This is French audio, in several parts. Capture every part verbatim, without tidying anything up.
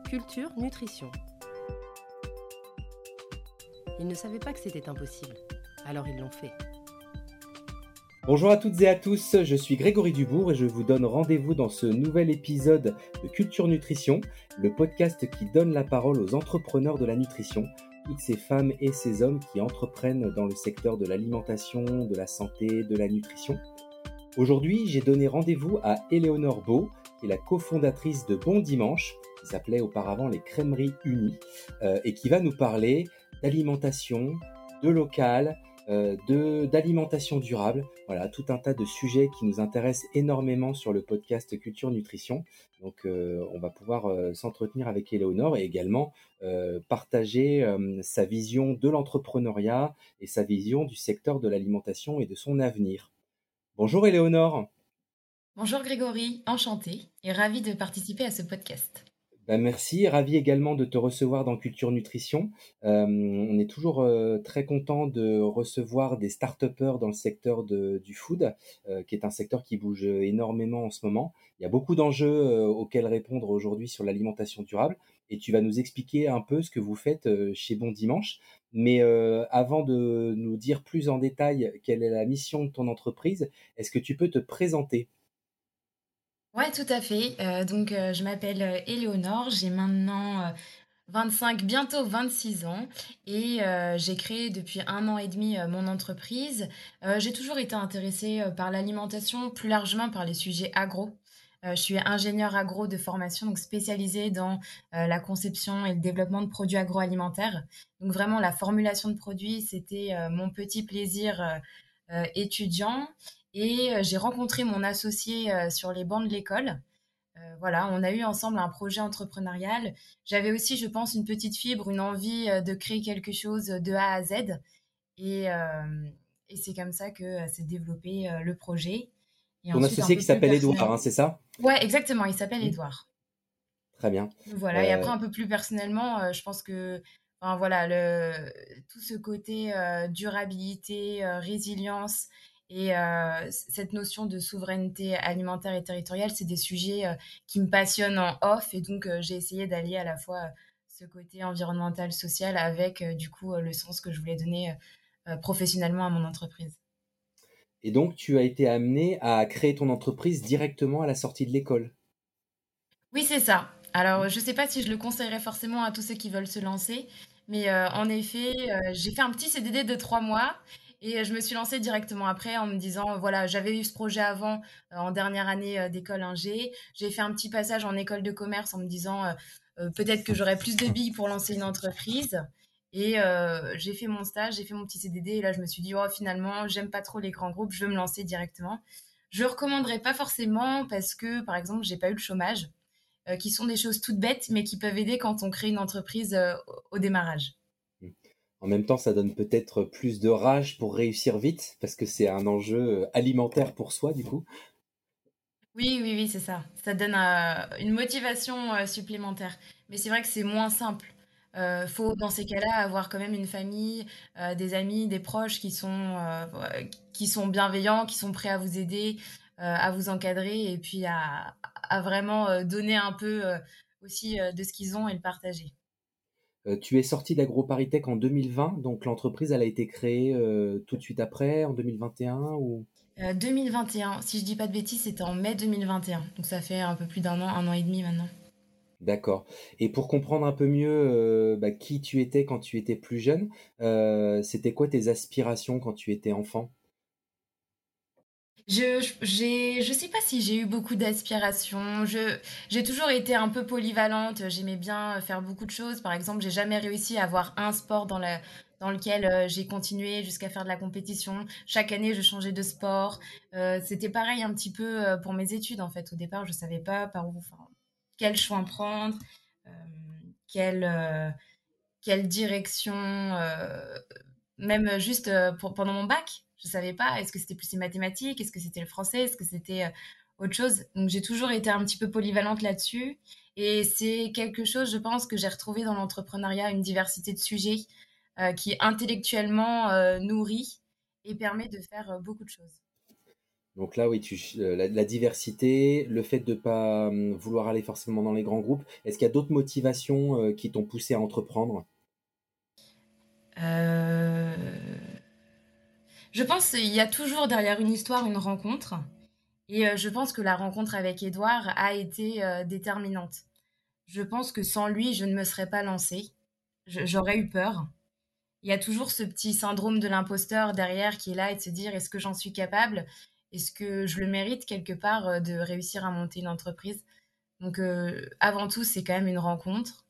Culture Nutrition. Ils ne savaient pas que c'était impossible, alors ils l'ont fait. Bonjour à toutes et à tous, je suis Grégory Dubourg et je vous donne rendez-vous dans ce nouvel épisode de Culture Nutrition, le podcast qui donne la parole aux entrepreneurs de la nutrition, toutes ces femmes et ces hommes qui entreprennent dans le secteur de l'alimentation, de la santé, de la nutrition. Aujourd'hui, j'ai donné rendez-vous à Éléonore Beau, qui est la cofondatrice de Bon Dimanche, qui s'appelait auparavant les Crèmeries Unies, euh, et qui va nous parler d'alimentation, de local, euh, de, d'alimentation durable. Voilà, tout un tas de sujets qui nous intéressent énormément sur le podcast Culture Nutrition. Donc, euh, on va pouvoir euh, s'entretenir avec Éléonore et également euh, partager euh, sa vision de l'entrepreneuriat et sa vision du secteur de l'alimentation et de son avenir. Bonjour Éléonore. Bonjour Grégory, enchantée et ravie de participer à ce podcast. Ben merci, ravi également de te recevoir dans Culture Nutrition. Euh, on est toujours euh, très content de recevoir des start-upers dans le secteur de, du food, euh, qui est un secteur qui bouge énormément en ce moment. Il y a beaucoup d'enjeux euh, auxquels répondre aujourd'hui sur l'alimentation durable et tu vas nous expliquer un peu ce que vous faites euh, chez Bon Dimanche. Mais euh, avant de nous dire plus en détail quelle est la mission de ton entreprise, est-ce que tu peux te présenter ? Ouais, tout à fait. Euh, donc, euh, je m'appelle euh, Éléonore, j'ai maintenant euh, vingt-cinq, bientôt vingt-six ans et euh, j'ai créé depuis un an et demi euh, mon entreprise. Euh, j'ai toujours été intéressée euh, par l'alimentation, plus largement par les sujets agro. Euh, je suis ingénieure agro de formation, donc spécialisée dans euh, la conception et le développement de produits agroalimentaires. Donc vraiment, la formulation de produits, c'était euh, mon petit plaisir euh, euh, étudiant. Et euh, j'ai rencontré mon associé euh, sur les bancs de l'école. Euh, voilà, on a eu ensemble un projet entrepreneurial. J'avais aussi, je pense, une petite fibre, une envie euh, de créer quelque chose de A à Z. Et, euh, et c'est comme ça que euh, s'est développé euh, le projet. Et Ton ensuite, un associé peu qui plus s'appelle Édouard, personnel. hein, c'est ça ? Ouais, exactement, il s'appelle Mmh. Édouard. Très bien. Voilà, et Euh, après, un peu plus personnellement, euh, je pense que enfin, voilà, le, tout ce côté euh, durabilité, euh, résilience et euh, c- cette notion de souveraineté alimentaire et territoriale, c'est des sujets euh, qui me passionnent en off. Et donc, euh, j'ai essayé d'allier à la fois euh, ce côté environnemental, social avec euh, du coup euh, le sens que je voulais donner euh, euh, professionnellement à mon entreprise. et donc, tu as été amené à créer ton entreprise directement à la sortie de l'école. Oui, c'est ça. Alors, je sais pas si je le conseillerais forcément à tous ceux qui veulent se lancer, mais heu, en effet, heu, j'ai fait un petit C D D de trois mois et heu, je me suis lancée directement après en me disant, heu, voilà, j'avais eu ce projet avant, heu, en dernière année, heu, d'école ingé. J'ai fait un petit passage en école de commerce en me disant, heu heu, peut-être que j'aurais plus de billes pour lancer une entreprise et heu, j'ai fait mon stage, j'ai fait mon petit C D D et là, je me suis dit: «Oh, finalement, j'aime pas trop les grands groupes, je veux me lancer directement». Je recommanderais pas forcément parce que, par exemple, j'ai pas eu le chômage euh, qui sont des choses toutes bêtes, mais qui peuvent aider quand on crée une entreprise euh, au au démarrage. Mmh. En même temps, ça donne peut-être plus de rage pour réussir vite, parce que c'est un enjeu euh, alimentaire pour soi, du coup. Oui, oui, oui, c'est ça. Ça donne euh, une motivation euh, supplémentaire. Mais c'est vrai que c'est moins simple. Euh, faut, dans ces cas-là, avoir quand même une famille, euh, des amis, des proches qui sont, euh, ouais, qui sont bienveillants, qui sont prêts à vous aider, euh, à vous encadrer et puis à, à vraiment euh, donner un peu euh, aussi euh, de ce qu'ils ont et le partager. Euh, tu es sorti d'AgroParisTech en deux mille vingt, donc l'entreprise, elle a été créée euh, tout de suite après, en deux mille vingt et un ou... Euh, deux mille vingt et un, si je dis pas de bêtises, c'était en mai deux mille vingt et un. Donc ça fait un peu plus d'un an, un an et demi maintenant. D'accord. Et pour comprendre un peu mieux euh, bah, qui tu étais quand tu étais plus jeune, euh, c'était quoi tes aspirations quand tu étais enfant? Je, je- j'ai, je sais pas si j'ai eu beaucoup d'aspiration. Je, j'ai toujours été un peu polyvalente. J'aimais bien faire beaucoup de choses. Par exemple, j'ai jamais réussi à avoir un sport dans la, dans lequel euh, j'ai continué jusqu'à faire de la compétition. Chaque année, je changeais de sport. Euh, c'était pareil un petit peu euh, pour mes études, en fait. Au départ, je savais pas par où, enfin, quel choix prendre, euh, quelle, euh, quelle direction, euh, même juste euh, pour, pendant mon bac, je savais pas, est-ce que c'était plus les mathématiques, est-ce que c'était le français, est-ce que c'était euh, autre chose. Donc j'ai toujours été un petit peu polyvalente là-dessus. Et c'est quelque chose, je pense, que j'ai retrouvé dans l'entrepreneuriat, une diversité de sujets euh, qui intellectuellement euh, nourrit et permet de faire euh, beaucoup de choses. Donc là, oui, tu ch heu, la la diversité, le fait de pas, hem, vouloir aller forcément dans les grands groupes. Est-ce qu'il y a d'autres motivations, heu, qui t'ont poussé à entreprendre? Heu, je pense il y a toujours derrière une histoire une rencontre et heu, je pense que la rencontre avec Édouard a été, heu, déterminante. Je pense que sans lui, je ne me serais pas lancée. Je j'aurais eu peur. Il y a toujours ce petit syndrome de l'imposteur derrière qui est là et de se dire: «Est-ce que j'en suis capable? Est-ce que je le mérite quelque part, heu, de réussir à monter une entreprise?» Donc heu, avant tout, c'est quand même une rencontre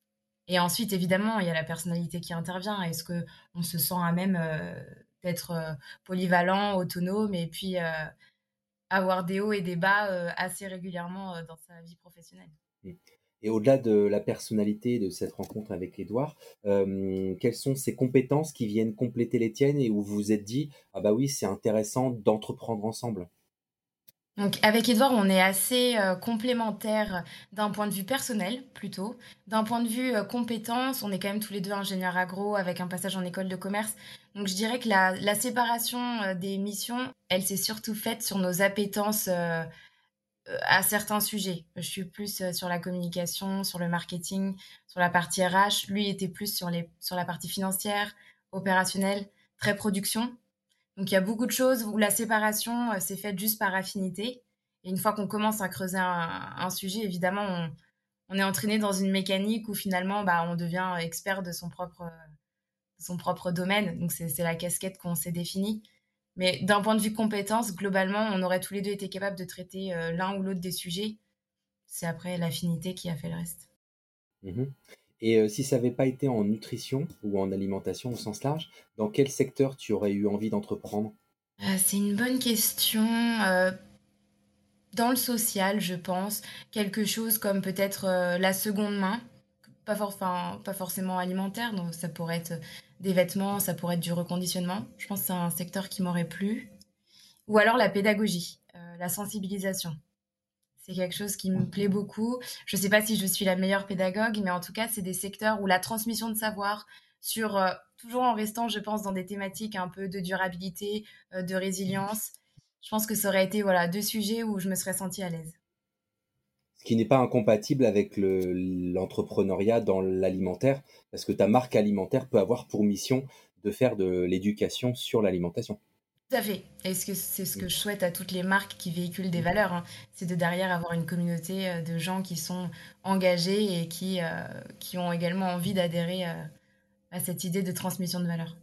et ensuite, évidemment, il y a la personnalité qui intervient. Est-ce qu'on se sent à même, heu, d'être, heu, polyvalent, autonome et puis, heu, avoir des hauts et des bas, heu, assez régulièrement, heu, dans sa vie professionnelle? Mmh. Et au-delà de la personnalité de cette rencontre avec Édouard, hem, quelles sont ces compétences qui viennent compléter les tiennes et où vous vous êtes dit: «Ah bah oui, c'est intéressant d'entreprendre ensemble»? Donc avec Édouard, on est assez, heu, complémentaires d'un point de vue personnel plutôt. D'un point de vue, heu, compétences, on est quand même tous les deux ingénieurs agro avec un passage en école de commerce. Donc je dirais que la la séparation, heu, des missions, elle s'est surtout faite sur nos appétences, heu heu, à certains sujets. Je suis plus, heu, sur la communication, sur le marketing, sur la partie R H. Lui était plus sur les sur la partie financière, opérationnelle, très production. Donc il y a beaucoup de choses où la séparation, heu, s'est faite juste par affinité et une fois qu'on commence à creuser un un sujet, évidemment, on on est entraîné dans une mécanique où finalement, bah, on devient expert de son propre, de son propre domaine. Donc c'est c'est la casquette qu'on s'est définie. Mais d'un point de vue compétences, globalement, on aurait tous les deux été capables de traiter, heu, l'un ou l'autre des sujets. C'est après l'affinité qui a fait le reste. Mmh. Et heu, si ça avait pas été en nutrition ou en alimentation au sens large, dans quel secteur tu aurais eu envie d'entreprendre? Heu, c'est une bonne question, heu dans le social, je pense, quelque chose comme peut-être, heu, la seconde main, pas for enfin, pas forcément alimentaire, donc ça pourrait être, des vêtements, ça pourrait être du reconditionnement. Je pense que c'est un secteur qui m'aurait plu ou alors la pédagogie, heu, la sensibilisation. C'est quelque chose qui me plaît beaucoup. Je sais pas si je suis la meilleure pédagogue, mais en tout cas, c'est des secteurs où la transmission de savoir sur, heu toujours en restant, je pense, dans des thématiques un peu de durabilité, heu, de résilience. Je pense que ça aurait été, voilà, deux sujets où je me serais sentie à l'aise. Ce qui n'est pas incompatible avec le l'entrepreneuriat dans l'alimentaire, parce que ta marque alimentaire peut avoir pour mission de faire de l'éducation sur l'alimentation. Tout à fait et ce que c'est ce Mmh. que je souhaite à toutes les marques qui véhiculent des valeurs, hein. C'est de derrière avoir une communauté, heu, de gens qui sont engagés et qui, heu, qui ont également envie d'adhérer, heu, à cette idée de transmission de valeurs.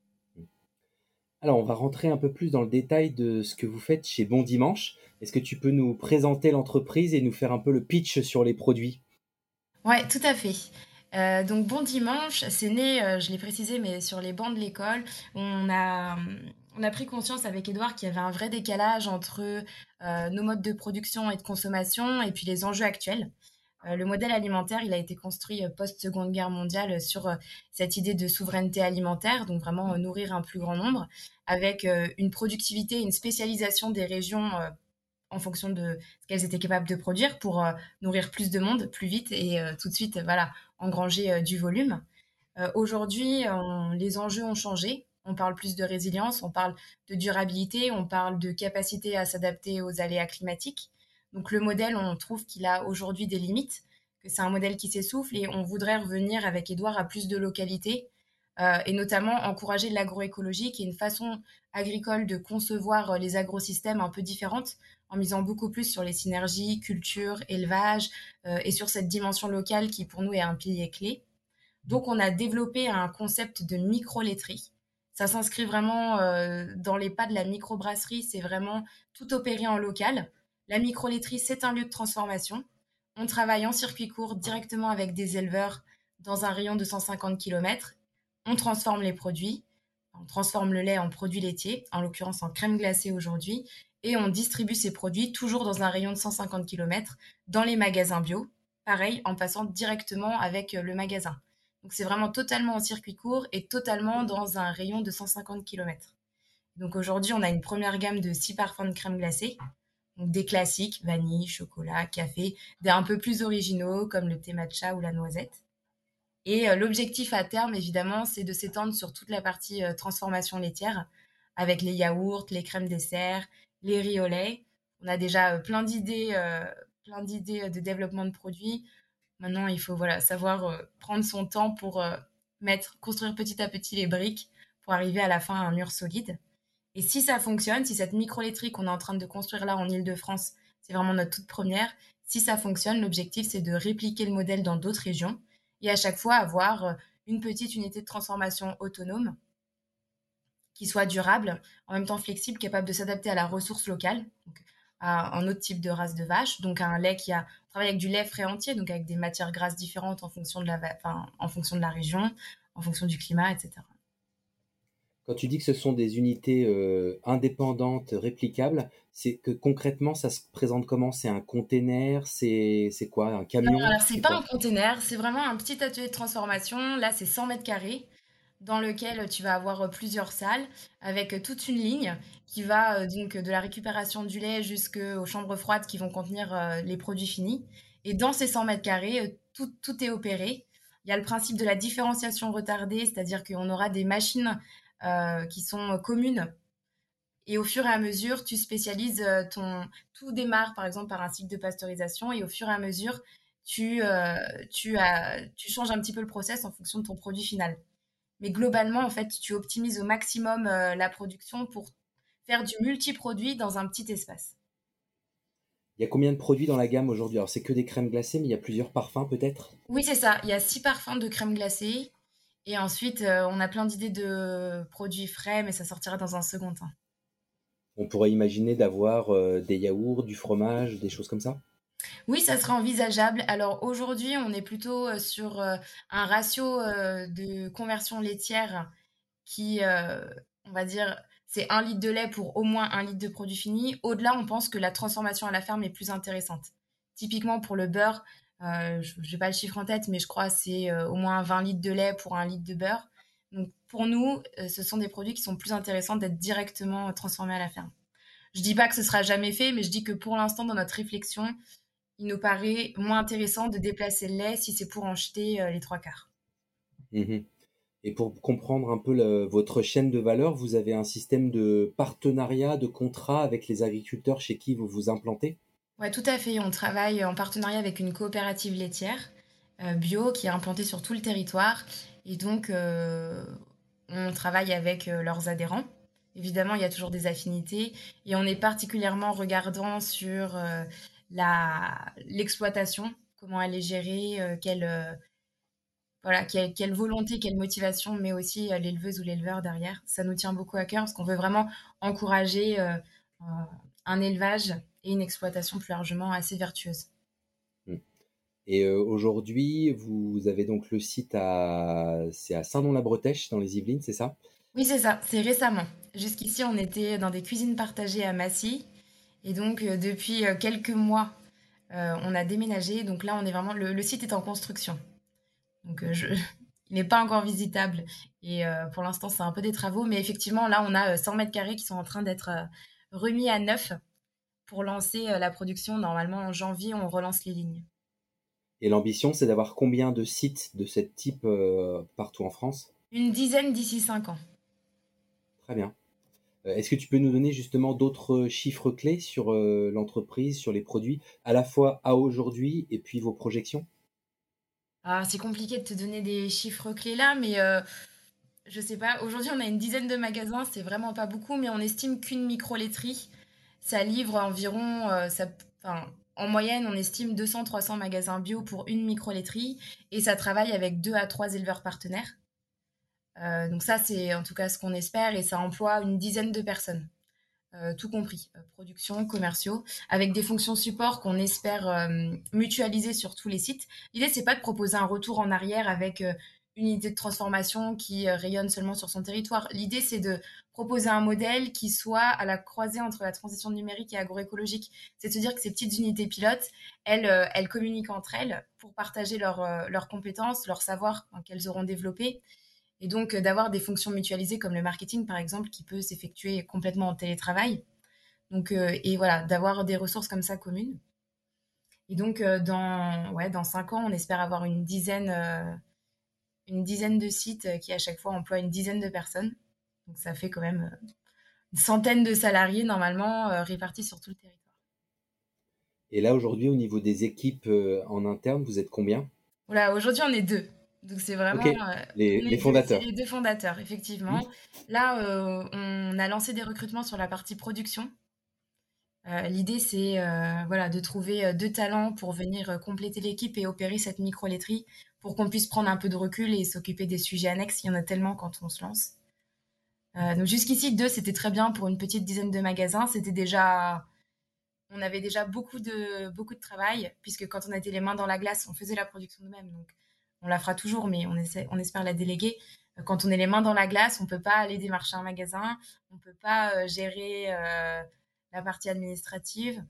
Alors, on va rentrer un peu plus dans le détail de ce que vous faites chez Bon Dimanche. Est-ce que tu peux nous présenter l'entreprise et nous faire un peu le pitch sur les produits? Ouais, tout à fait. Heu, donc Bon Dimanche, c'est né, heu, je l'ai précisé, mais sur les bancs de l'école. On a, mmh, on a pris conscience avec Édouard qu'il y avait un vrai décalage entre, heu, nos modes de production et de consommation et puis les enjeux actuels. Heu, le modèle alimentaire, il a été construit, heu, post-Seconde Guerre mondiale, heu, sur, heu, cette idée de souveraineté alimentaire, donc vraiment, heu, nourrir un plus grand nombre avec, heu, une productivité et une spécialisation des régions, heu, en fonction de ce qu'elles étaient capables de produire pour, heu, nourrir plus de monde, plus vite et heu, tout de suite, heu, voilà, engranger, heu, du volume. Heu, aujourd'hui, on les enjeux ont changé. On parle plus de résilience, on parle de durabilité, on parle de capacité à s'adapter aux aléas climatiques. Donc le modèle, on trouve qu'il a aujourd'hui des limites, que c'est un modèle qui s'essouffle et on voudrait revenir avec Édouard à plus de localité, heu et notamment encourager l'agroécologie qui est une façon agricole de concevoir, heu, les agrosystèmes un peu différente, en misant beaucoup plus sur les synergies culture, élevage, heu et sur cette dimension locale qui pour nous est un pilier clé. Donc, on a développé un concept de micro-laiterie. Ça s'inscrit vraiment euh, dans les pas de la microbrasserie. C'est vraiment tout opéré en local. La micro-laiterie, c'est un lieu de transformation. On travaille en circuit court directement avec des éleveurs dans un rayon de cent cinquante kilomètres. On transforme les produits. On transforme le lait en produits laitiers, en l'occurrence en crème glacée aujourd'hui. Et on distribue ces produits toujours dans un rayon de cent cinquante kilomètres dans les magasins bio. Pareil, en passant directement avec euh, le magasin. Donc c'est vraiment totalement en circuit court et totalement dans un rayon de cent cinquante kilomètres. Donc aujourd'hui, on a une première gamme de six parfums de crème glacée. Donc des classiques, vanille, chocolat, café, des un peu plus originaux comme le thé matcha ou la noisette. Et euh, l'objectif à terme, évidemment, c'est de s'étendre sur toute la partie euh, transformation laitière avec les yaourts, les crèmes dessert, les riz au lait. On a déjà euh, plein d'idées, euh, plein d'idées euh, de développement de produits. Maintenant, il faut voilà, savoir euh, prendre son temps pour euh, mettre, construire petit à petit les briques pour arriver à la fin à un mur solide. Et si ça fonctionne, si cette micro-laiterie qu'on est en train de construire là en Île-de-France, c'est vraiment notre toute première, si ça fonctionne, l'objectif c'est de répliquer le modèle dans d'autres régions et à chaque fois avoir euh, une petite unité de transformation autonome qui soit durable, en même temps flexible, capable de s'adapter à la ressource locale, donc à un autre type de race de vache, donc à un lait qui a on travaille avec du lait frais entier, donc avec des matières grasses différentes en fonction de la, enfin, en fonction de la région, en fonction du climat, et cetera. Quand tu dis que ce sont des unités euh, indépendantes, réplicables, c'est que concrètement, ça se présente comment? C'est un container? C'est c'est quoi? Un Non, camion? alors c'est C'est pas un quoi? container, c'est vraiment un petit atelier de transformation. Là, c'est cent mètres carrés dans lequel tu vas avoir euh, plusieurs salles avec euh, toute une ligne qui va euh, donc de la récupération du lait jusqu'aux chambres froides qui vont contenir euh, les produits finis. Et dans ces cent mètres carrés, euh, tout, tout est opéré. Il y a le principe de la différenciation retardée, c'est-à-dire qu'on aura des machines euh, qui sont communes et au fur et à mesure, tu spécialises euh, ton. Tout démarre par exemple par un cycle de pasteurisation et au fur et à mesure, tu, euh, tu, as, tu changes un petit peu le process en fonction de ton produit final. Mais globalement, en fait, tu optimises au maximum euh, la production pour faire du multiproduit dans un petit espace. Il y a combien de produits dans la gamme aujourd'hui? Alors, c'est que des crèmes glacées, mais il y a plusieurs parfums peut-être? Oui, c'est ça. Il y a six parfums de crème glacée. Et ensuite, euh, on a plein d'idées de produits frais, mais ça sortira dans un second temps. On pourrait imaginer d'avoir euh, des yaourts, du fromage, des choses comme ça? Oui, ça serait envisageable. Alors aujourd'hui, on est plutôt euh, sur euh, un ratio euh, de conversion laitière qui, euh, on va dire, c'est un litre de lait pour au moins un litre de produit fini. Au-delà, on pense que la transformation à la ferme est plus intéressante. Typiquement pour le beurre, euh, je n'ai pas le chiffre en tête, mais je crois que c'est euh, au moins vingt litres de lait pour un litre de beurre. Donc pour nous, euh, ce sont des produits qui sont plus intéressants d'être directement transformés à la ferme. Je dis pas que ce sera jamais fait, mais je dis que pour l'instant, dans notre réflexion, il nous paraît moins intéressant de déplacer le lait si c'est pour en jeter euh, les trois quarts. Mhm. Et pour comprendre un peu le- votre chaîne de valeur, vous avez un système de partenariat, de contrat avec les agriculteurs chez qui vous vous implantez? Ouais, tout à fait. On travaille en partenariat avec une coopérative laitière euh, bio qui est implantée sur tout le territoire. Et donc, euh, on travaille avec euh, leurs adhérents. Évidemment, il y a toujours des affinités. Et on est particulièrement regardant sur euh, la, l'exploitation, comment elle est gérée, euh, quelle, euh, voilà, quelle, quelle volonté, quelle motivation, mais aussi euh, l'éleveuse ou l'éleveur derrière. Ça nous tient beaucoup à cœur parce qu'on veut vraiment encourager euh, euh, un élevage et une exploitation plus largement assez vertueuse. Mm. Et euh, aujourd'hui, vous avez donc le site à, c'est à Saint-Nom-la-Bretèche dans les Yvelines, c'est ça? Oui, c'est ça, c'est récemment. Jusqu'ici, on était dans des cuisines partagées à Massy. Et donc, euh, depuis euh, quelques mois, euh, on a déménagé. Donc là, on est vraiment. Le, le site est en construction. Donc, euh, je, il n'est pas encore visitable. Et euh, pour l'instant, c'est un peu des travaux. Mais effectivement, là, on a euh, cent mètres carrés qui sont en train d'être euh, remis à neuf pour lancer euh, la production. Normalement, en janvier, on relance les lignes. Et l'ambition, c'est d'avoir combien de sites de ce type euh, partout en France? Une dizaine d'ici cinq ans. Très bien. Euh, Est-ce que tu peux nous donner justement d'autres chiffres clés sur euh, l'entreprise, sur les produits, à la fois à aujourd'hui et puis vos projections? Ah, c'est compliqué de te donner des chiffres clés là, mais euh, je sais pas. Aujourd'hui, on a une dizaine de magasins, c'est vraiment pas beaucoup, mais on estime qu'une micro-laiterie, ça livre environ, euh, ça, enfin, en moyenne, on estime deux cents à trois cents magasins bio pour une micro-laiterie, et ça travaille avec deux à trois éleveurs partenaires. Euh, donc ça, c'est en tout cas ce qu'on espère, et ça emploie une dizaine de personnes, euh, tout compris, euh, production, commerciaux, avec des fonctions support qu'on espère euh, mutualiser sur tous les sites. L'idée, c'est pas de proposer un retour en arrière avec euh, une unité de transformation qui euh, rayonne seulement sur son territoire. L'idée, c'est de proposer un modèle qui soit à la croisée entre la transition numérique et agroécologique. C'est de se dire que ces petites unités pilotes, elles, euh, elles communiquent entre elles pour partager leurs euh, leurs compétences, leurs savoirs hein, qu'elles auront développés et donc euh, d'avoir des fonctions mutualisées comme le marketing par exemple qui peut s'effectuer complètement en télétravail. Donc euh, et voilà, d'avoir des ressources comme ça communes. Et donc euh, dans ouais, dans cinq ans, on espère avoir une dizaine euh, une dizaine de sites euh, qui à chaque fois emploient une dizaine de personnes. Donc ça fait quand même euh, une centaine de salariés normalement euh, répartis sur tout le territoire. Et là, aujourd'hui, au niveau des équipes euh, en interne, vous êtes combien? Voilà, aujourd'hui on est deux. Donc c'est Ok, vraiment, euh, les, on les est deux, c'est fondateurs. les deux fondateurs, Hmm. effectivement. Là, euh, on a lancé des recrutements sur la partie production. Euh, l'idée, c'est euh, voilà, de trouver euh, deux talents pour venir euh, compléter l'équipe et opérer cette micro-laiterie pour qu'on puisse prendre un peu de recul et s'occuper des sujets annexes. Il y en a tellement quand on se lance. Euh, donc jusqu'ici, deux, c'était très bien pour une petite dizaine de magasins. C'était déjà, on avait déjà beaucoup de, beaucoup de travail, puisque quand on était les mains dans la glace, on faisait la production nous-mêmes. Donc on la fera toujours, mais on, essaie, on espère la déléguer. Euh, Quand on est les mains dans la glace, on peut pas aller démarcher un magasin, on peut pas euh, gérer euh, la partie administrative.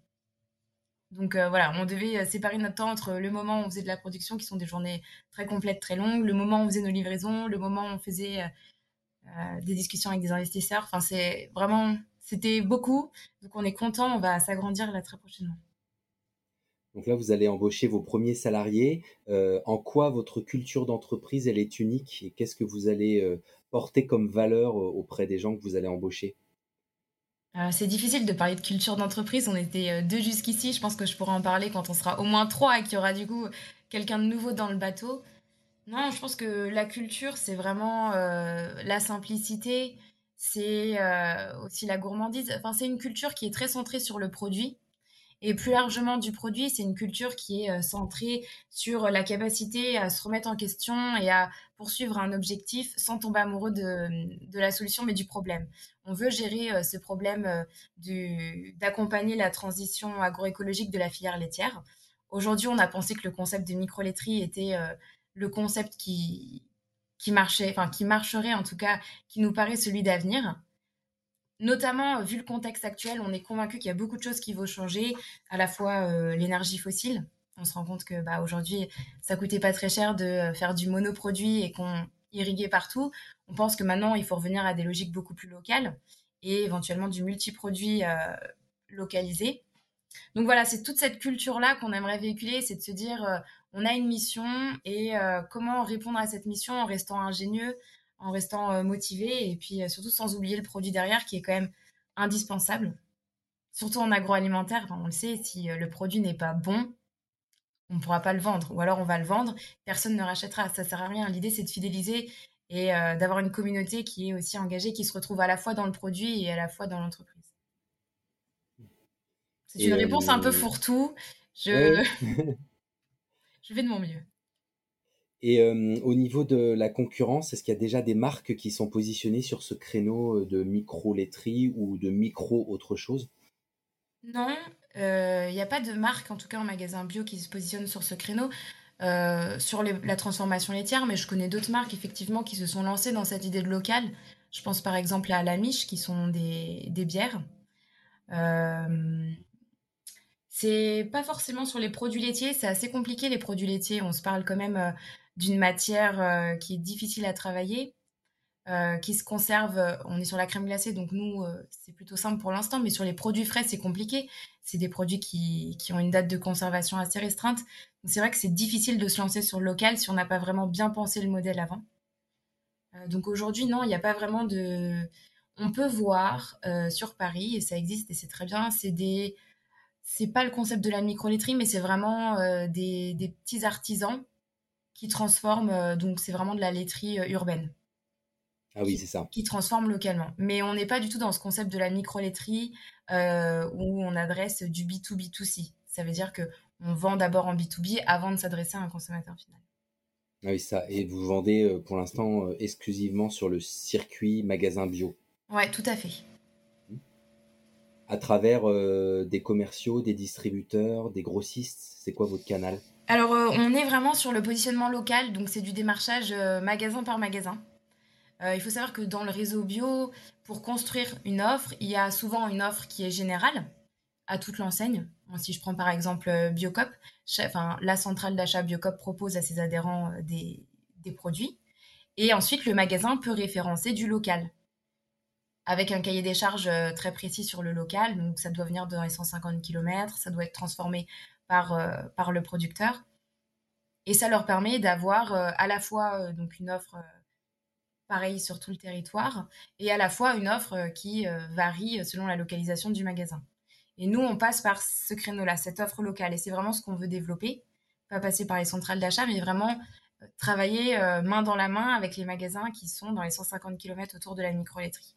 Donc euh, voilà, on devait euh, séparer notre temps entre le moment où on faisait de la production, qui sont des journées très complètes, très longues, le moment où on faisait nos livraisons, le moment où on faisait euh, euh, des discussions avec des investisseurs. Enfin, c'est vraiment, c'était beaucoup. Donc on est content, on va s'agrandir là très prochainement. Donc là, vous allez embaucher vos premiers salariés. Euh, en quoi votre culture d'entreprise, elle est unique et qu'est-ce que vous allez euh, porter comme valeur euh, auprès des gens que vous allez embaucher? Euh, c'est difficile de parler de culture d'entreprise. On était euh, deux jusqu'ici. Je pense que je pourrais en parler quand on sera au moins trois et qu'il y aura du coup quelqu'un de nouveau dans le bateau. Non, je pense que la culture, c'est vraiment euh, la simplicité, c'est euh, aussi la gourmandise. Enfin, c'est une culture qui est très centrée sur le produit. Et plus largement du produit, c'est une culture qui est euh, centrée sur la capacité à se remettre en question et à poursuivre un objectif sans tomber amoureux de, de la solution, mais du problème. On veut gérer euh, ce problème euh, du, d'accompagner la transition agroécologique de la filière laitière. Aujourd'hui, on a pensé que le concept de micro-laiterie était euh, le concept qui, qui marchait, enfin qui marcherait en tout cas, qui nous paraît celui d'avenir. Notamment, euh, vu le contexte actuel, on est convaincu qu'il y a beaucoup de choses qui vont changer, à la fois euh, l'énergie fossile. On se rend compte que bah, aujourd'hui, ça coûtait pas très cher de euh, faire du monoproduit et qu'on irriguait partout. On pense que maintenant, il faut revenir à des logiques beaucoup plus locales et éventuellement du multiproduit euh, localisé. Donc voilà, c'est toute cette culture-là qu'on aimerait véhiculer, c'est de se dire, euh, on a une mission et euh, comment répondre à cette mission en restant ingénieux, en restant euh, motivé et puis euh, surtout sans oublier le produit derrière qui est quand même indispensable. Surtout en agroalimentaire, enfin, on le sait, si euh, le produit n'est pas bon, on ne pourra pas le vendre. Ou alors on va le vendre, personne ne rachètera, ça sert à rien. L'idée, c'est de fidéliser et euh, d'avoir une communauté qui est aussi engagée, qui se retrouve à la fois dans le produit et à la fois dans l'entreprise. C'est une Et réponse un peu euh, fourre-tout. Je, ouais. je fais de mon mieux. Et euh, au niveau de la concurrence, est-ce qu'il y a déjà des marques qui sont positionnées sur ce créneau euh, de micro-laiterie ou de micro autre chose? Non, il n'y a pas de marque, en tout cas en magasin bio, qui se positionne sur ce créneau, euh, sur les- la transformation laitière, mais je connais d'autres marques, effectivement, qui se sont lancées dans cette idée de local. Je pense par exemple à La Miche, qui sont des, des bières. Euh, c'est pas forcément sur les produits laitiers, c'est assez compliqué les produits laitiers. On se parle quand même euh, d'une matière euh, qui est difficile à travailler. Euh, qui se conserve. euh, On est sur la crème glacée, donc nous, euh, c'est plutôt simple pour l'instant, mais sur les produits frais, c'est compliqué. C'est des produits qui, qui ont une date de conservation assez restreinte. Donc c'est vrai que c'est difficile de se lancer sur le local si on n'a pas vraiment bien pensé le modèle avant. Euh, donc aujourd'hui, non, il n'y a pas vraiment de... On peut voir euh, sur Paris, et ça existe et c'est très bien, c'est des... C'est pas le concept de la micro-laiterie, mais c'est vraiment euh, des, des petits artisans qui transforment, euh, donc c'est vraiment de la laiterie euh, urbaine Ah oui, qui, c'est ça. qui transforment localement. Mais on n'est pas du tout dans ce concept de la micro-laiterie euh, où on adresse du B deux B deux C. Ça veut dire que on vend d'abord en B deux B avant de s'adresser à un consommateur final. Ah oui, ça. Et vous vendez euh, pour l'instant euh, exclusivement sur le circuit magasin bio, Ouais, tout à fait. à travers euh, des commerciaux, des distributeurs, des grossistes. C'est quoi votre canal? Alors, euh, on est vraiment sur le positionnement local, donc c'est du démarchage euh, magasin par magasin. Euh, il faut savoir que dans le réseau bio, pour construire une offre, il y a souvent une offre qui est générale à toute l'enseigne. Moi, si je prends par exemple euh, Biocop, cha- enfin, la centrale d'achat Biocop propose à ses adhérents euh, des, des produits. Et ensuite, le magasin peut référencer du local avec un cahier des charges euh, très précis sur le local. Donc, ça doit venir dans les cent cinquante kilomètres, ça doit être transformé par, euh, par le producteur. Et ça leur permet d'avoir euh, à la fois euh, donc une offre euh, pareil sur tout le territoire, et à la fois une offre euh, qui euh, varie selon la localisation du magasin. Et nous, on passe par ce créneau-là, cette offre locale, et c'est vraiment ce qu'on veut développer, pas passer par les centrales d'achat, mais vraiment euh, travailler euh, main dans la main avec les magasins qui sont dans les cent cinquante kilomètres autour de la micro-laiterie.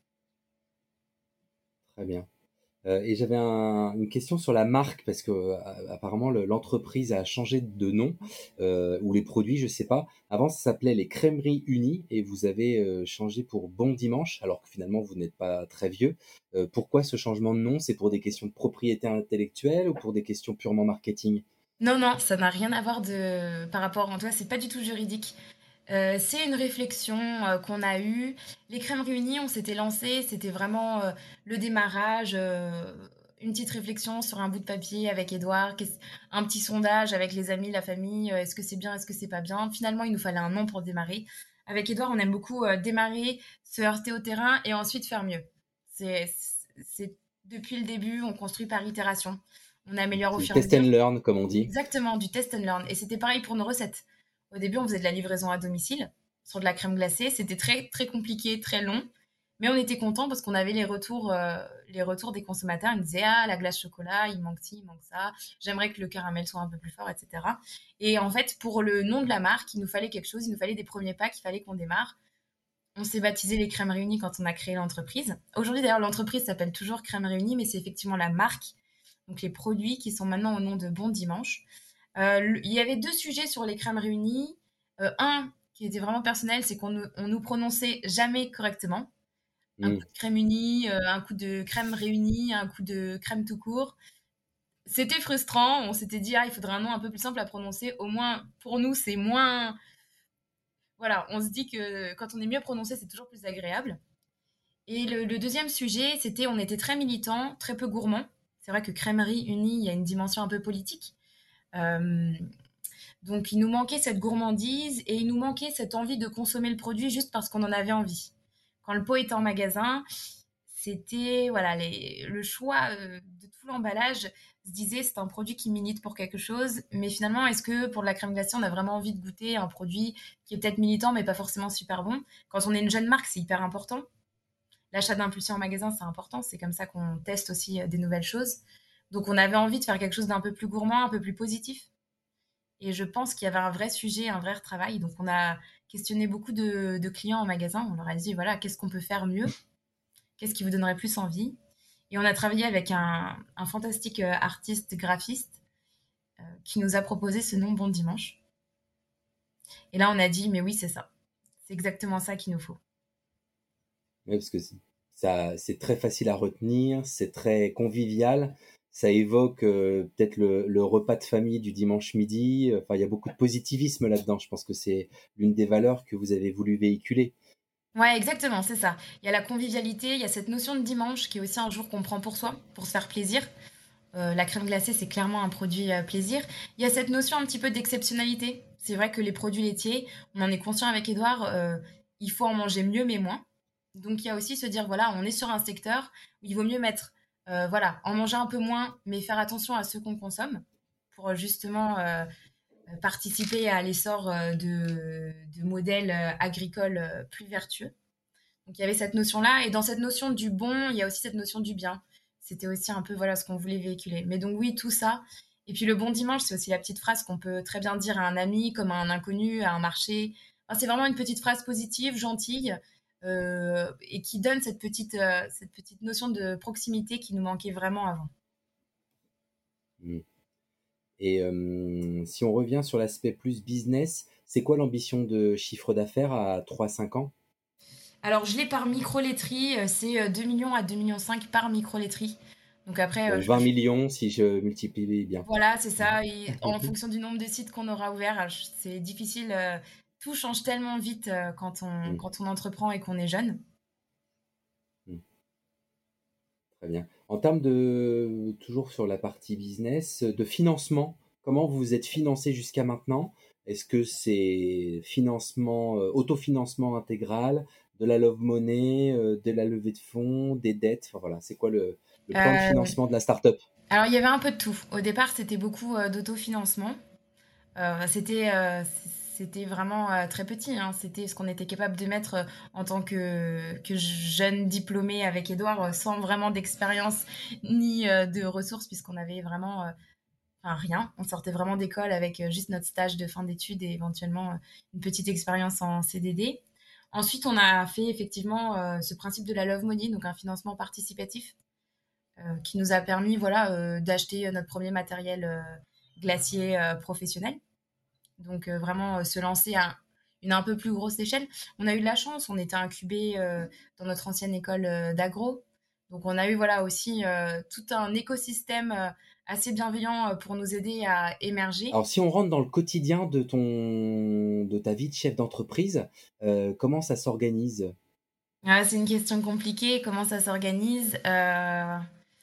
Très bien. Euh, et j'avais un- une question sur la marque parce que euh, apparemment le- l'entreprise a changé de nom euh, ou les produits, je sais pas. Avant, ça s'appelait les Crèmeries Unies et vous avez euh, changé pour Bon Dimanche, alors que finalement vous n'êtes pas très vieux. Euh, pourquoi ce changement de nom? C'est pour des questions de propriété intellectuelle ou pour des questions purement marketing? Non, non, ça n'a rien à voir de par rapport en toi, c'est pas du tout juridique. Heu, c'est une réflexion, heu, qu'on a eue. Les crèmes réunies, on s'était lancé, c'était vraiment, heu, le démarrage, heu, une petite réflexion sur un bout de papier avec Édouard, qu'est-ce un petit sondage avec les amis, la famille, heu, est-ce que c'est bien, est-ce que c'est pas bien? Finalement, il nous fallait un nom pour démarrer. Avec Édouard, on aime beaucoup, heu, démarrer, se heurter au terrain et ensuite faire mieux. C'est c'est depuis le début, on construit par itération. On améliore au C'est du fur et à test mesure. and learn, comme on dit. Exactement, du test and learn. Et c'était pareil pour nos recettes. Au début, on faisait de la livraison à domicile sur de la crème glacée. C'était très, très compliqué, très long. Mais on était content parce qu'on avait les retours, euh, les retours des consommateurs. Ils nous disaient, ah, la glace chocolat, il manque ci, il manque ça. J'aimerais que le caramel soit un peu plus fort, et cetera. Et en fait, pour le nom de la marque, il nous fallait quelque chose. Il nous fallait des premiers pas, il fallait qu'on démarre. On s'est baptisé les Crèmes Réunies quand on a créé l'entreprise. Aujourd'hui, d'ailleurs, l'entreprise s'appelle toujours Crèmes Réunies, mais c'est effectivement la marque, donc les produits qui sont maintenant au nom de Bon Dimanche. Euh, il y avait deux sujets sur les crèmes réunies. Euh, un qui était vraiment personnel, c'est qu'on nous, on nous prononçait jamais correctement. Un coup Hmm. de crème unie, euh, un coup de crème réunie, un coup de crème tout court. C'était frustrant. On s'était dit, ah, il faudrait un nom un peu plus simple à prononcer. Au moins, pour nous, c'est moins. Voilà, on se dit que quand on est mieux prononcé, c'est toujours plus agréable. Et le, le deuxième sujet, c'était, on était très militants, très peu gourmands. C'est vrai que crèmerie unie, il y a une dimension un peu politique. Euh, Donc il nous manquait cette gourmandise et il nous manquait cette envie de consommer le produit juste parce qu'on en avait envie. Quand le pot était en magasin, c'était voilà les, le choix euh, de tout l'emballage se disait c'est un produit qui milite pour quelque chose, mais finalement est-ce que pour de la crème glacée on a vraiment envie de goûter un produit qui est peut-être militant mais pas forcément super bon? Quand on est une jeune marque, c'est hyper important. L'achat d'impulsion en magasin, c'est important, c'est comme ça qu'on teste aussi euh, des nouvelles choses. Donc on avait envie de faire quelque chose d'un peu plus gourmand, un peu plus positif. Et je pense qu'il y avait un vrai sujet, un vrai travail. Donc, on a questionné beaucoup de, de clients en magasin. On leur a dit, voilà, qu'est-ce qu'on peut faire mieux? Qu'est-ce qui vous donnerait plus envie? Et on a travaillé avec un, un fantastique euh, artiste graphiste euh, qui nous a proposé ce nom Bon Dimanche. Et là, on a dit, mais oui, c'est ça. C'est exactement ça qu'il nous faut. Ouais, parce que c'est- ça, c'est très facile à retenir, c'est très convivial, ça évoque euh, peut-être le, le repas de famille du dimanche midi. Enfin, il y a beaucoup de positivisme là-dedans. Je pense que c'est l'une des valeurs que vous avez voulu véhiculer. Ouais, exactement, c'est ça. Il y a la convivialité, il y a cette notion de dimanche qui est aussi un jour qu'on prend pour soi, pour se faire plaisir. Euh, la crème glacée, c'est clairement un produit euh, plaisir. Il y a cette notion un petit peu d'exceptionnalité. C'est vrai que les produits laitiers, on en est conscient avec Edouard, euh, il faut en manger mieux mais moins. Donc il y a aussi se dire, voilà, on est sur un secteur où il vaut mieux mettre, euh, voilà, en manger un peu moins, mais faire attention à ce qu'on consomme pour euh, justement euh, participer à l'essor euh, de, de modèles euh, agricoles euh, plus vertueux. Donc il y avait cette notion-là, et dans cette notion du bon, il y a aussi cette notion du bien. C'était aussi un peu voilà ce qu'on voulait véhiculer. Mais donc oui, tout ça. Et puis le bon dimanche, c'est aussi la petite phrase qu'on peut très bien dire à un ami, comme à un inconnu, à un marché. Enfin, c'est vraiment une petite phrase positive, gentille, euh, et qui donne cette petite, euh, cette petite notion de proximité qui nous manquait vraiment avant. Mm. Et euh, si on revient sur l'aspect plus business, c'est quoi l'ambition de chiffre d'affaires à trois cinq ans? Alors je l'ai par micro-laiterie, euh, c'est euh, deux millions à deux millions cinq par micro-laiterie. Donc après, euh, Donc je, vingt je millions si je multiplie bien. voilà, c'est ça. Et en fonction du nombre de sites qu'on aura ouverts, euh, c'est difficile. euh, Tout change tellement vite euh, quand on, Mm, quand on entreprend et qu'on est jeune. mm. Très bien. En termes de, toujours sur la partie business, de financement, comment vous vous êtes financé jusqu'à maintenant? Est-ce que c'est financement, euh, autofinancement intégral, de la love money, euh, de la levée de fonds, des dettes? Enfin voilà, c'est quoi le, le plan de Euh, financement de la startup? alors, il y avait un peu de tout. Au départ, c'était beaucoup euh, d'autofinancement. Euh, c'était, euh, c'était vraiment, heu, très petit, hein. C'était ce qu'on était capable de mettre, heu, en tant que que jeune diplômée avec Édouard, heu, sans vraiment d'expérience ni, heu, de ressources puisqu'on avait vraiment, heu, enfin rien. On sortait vraiment d'école avec, heu, juste notre stage de fin d'études et éventuellement, heu, une petite expérience en C D D. Ensuite, on a fait effectivement, heu, ce principe de la Love Money, donc un financement participatif, heu, qui nous a permis, voilà, heu, d'acheter, notre premier matériel, heu, glacier, heu, professionnel. Donc euh, vraiment euh, se lancer à une un peu plus grosse échelle. On a eu de la chance, on était incubé euh, dans notre ancienne école euh, d'agro. Donc on a eu voilà aussi euh, tout un écosystème euh, assez bienveillant euh, pour nous aider à émerger. Alors, si on rentre dans le quotidien de ton, de ta vie de chef d'entreprise, euh, comment ça s'organise? Ah, c'est une question compliquée, comment ça s'organise? Euh,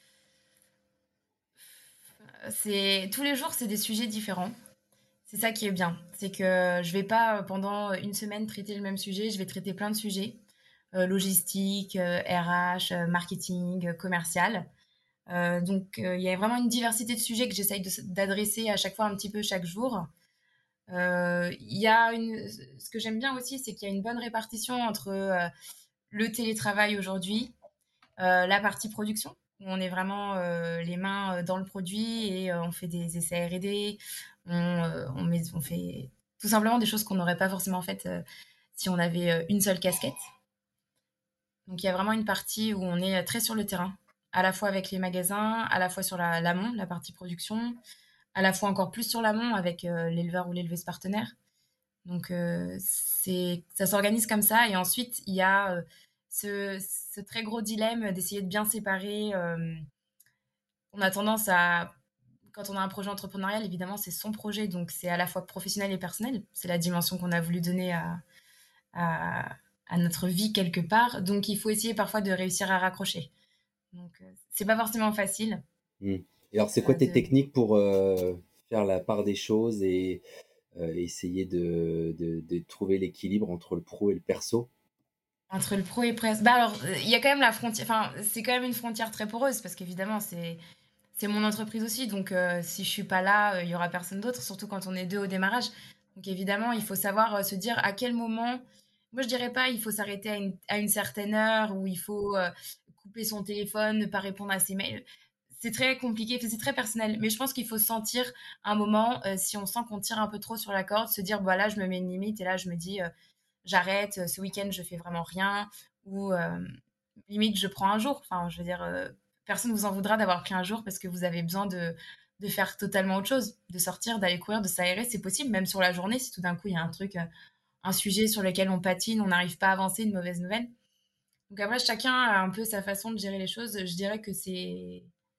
c'est tous les jours, c'est des sujets différents. C'est ça qui est bien, c'est que je vais pas euh, pendant une semaine traiter le même sujet, je vais traiter plein de sujets, euh, logistique, euh, R H, euh, marketing, euh, commercial. Euh, donc euh, il y a vraiment une diversité de sujets que j'essaye de- d'adresser à chaque fois un petit peu chaque jour. Euh, Il y a une, ce que j'aime bien aussi, c'est qu'il y a une bonne répartition entre euh, le télétravail aujourd'hui, euh, la partie production, où on est vraiment euh, les mains euh, dans le produit et euh, on fait des essais R et D, on, euh, on, met- on fait tout simplement des choses qu'on n'aurait pas forcément faites euh, si on avait euh, une seule casquette. Donc il y a vraiment une partie où on est très sur le terrain, à la fois avec les magasins, à la fois sur la- l'amont, la partie production, à la fois encore plus sur l'amont avec euh, l'éleveur ou l'éleveuse partenaire. Donc euh, c'est, ça s'organise comme ça. Et ensuite, il y a euh, ce, ce très gros dilemme d'essayer de bien séparer. Euh, on a tendance à, quand on a un projet entrepreneurial, évidemment, c'est son projet, donc c'est à la fois professionnel et personnel. C'est la dimension qu'on a voulu donner à, à, à notre vie quelque part. Donc il faut essayer parfois de réussir à raccrocher. Donc euh, c'est pas forcément facile Hmm. Et alors, c'est quoi euh, tes de techniques pour euh, faire la part des choses et euh, essayer de, de, de trouver l'équilibre entre le pro et le perso? entre le pro et le presse. Bah alors euh, il y a quand même la frontière. Enfin c'est quand même une frontière très poreuse parce qu'évidemment c'est c'est mon entreprise aussi. Donc euh, si je suis pas là, euh, il y aura personne d'autre. Surtout quand on est deux au démarrage. Donc évidemment il faut savoir euh, se dire à quel moment. Moi je dirais pas il faut s'arrêter à une, à une certaine heure ou il faut euh, couper son téléphone, ne pas répondre à ses mails. C'est très compliqué, c'est très personnel. Mais je pense qu'il faut sentir un moment, euh, si on sent qu'on tire un peu trop sur la corde, se dire, voilà, je me mets une limite et là, je me dis, euh, j'arrête, euh, ce week-end, je fais vraiment rien. Ou euh, limite, je prends un jour. Enfin, je veux dire, euh, personne ne vous en voudra d'avoir pris un jour parce que vous avez besoin de, de faire totalement autre chose, de sortir, d'aller courir, de s'aérer. C'est possible, même sur la journée, si tout d'un coup, il y a un truc, euh, un sujet sur lequel on patine, on n'arrive pas à avancer, une mauvaise nouvelle. Donc après, chacun a un peu sa façon de gérer les choses. Je dirais que c'est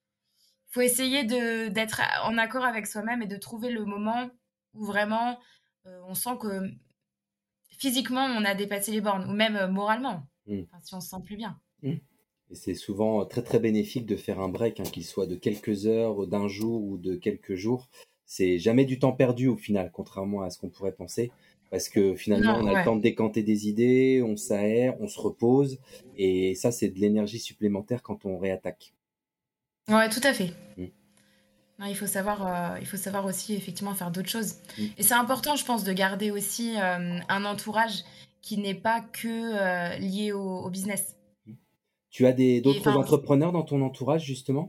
faut essayer de d'être en accord avec soi-même et de trouver le moment où vraiment euh, on sent que physiquement on a dépassé les bornes ou même euh, moralement. Hmm. Enfin, si on se sent plus bien. Hmm. Et c'est souvent très très bénéfique de faire un break, hein, qu'il soit de quelques heures, d'un jour ou de quelques jours. C'est jamais du temps perdu au final, contrairement à ce qu'on pourrait penser, parce que finalement Non, on a le ouais. temps de décanter des idées, on s'aère, on se repose, et ça c'est de l'énergie supplémentaire quand on réattaque. Ouais, tout à fait. Hmm. Non, il faut savoir, euh, il faut savoir aussi effectivement faire d'autres choses. Hmm. Et c'est important, je pense, de garder aussi euh, un entourage qui n'est pas que euh, lié au, au business. Tu as des Et d'autres enfin, entrepreneurs dans ton entourage justement?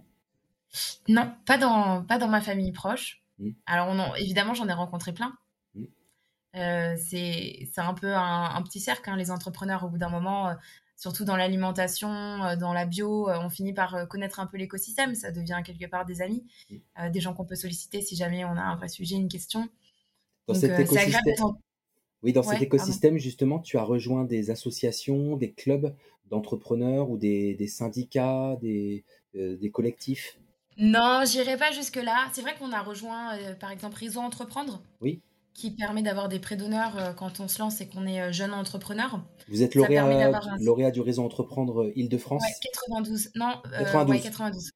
non, pas dans, pas dans ma famille proche. Hmm. Alors, on en- évidemment, j'en ai rencontré plein. Hmm. Euh, c'est c'est un peu un, un petit cercle, hein, les entrepreneurs, au bout d'un moment, euh, surtout dans l'alimentation, euh, dans la bio, euh, on finit par euh, connaître un peu l'écosystème, ça devient quelque part des amis, Hmm. euh, des gens qu'on peut solliciter si jamais on a un vrai sujet, une question. Dans Donc cet euh, c'est agréable écosystème, d'être en... oui, dans cet Ouais, pardon. écosystème, justement, tu as rejoint des associations, des clubs d'entrepreneurs ou des, des syndicats, des, euh, des collectifs? Non, j'irai pas jusque-là. C'est vrai qu'on a rejoint, euh, par exemple, Réseau Entreprendre, Oui. qui permet d'avoir des prêts d'honneur euh, quand on se lance et qu'on est euh, jeune entrepreneur. Vous êtes Ça permet lauréat, d'avoir un... lauréat du réseau Entreprendre Ouais, Île-de-France? quatre-vingt-douze. Non, euh, ouais, quatre-vingt-douze. quatre-vingt-douze.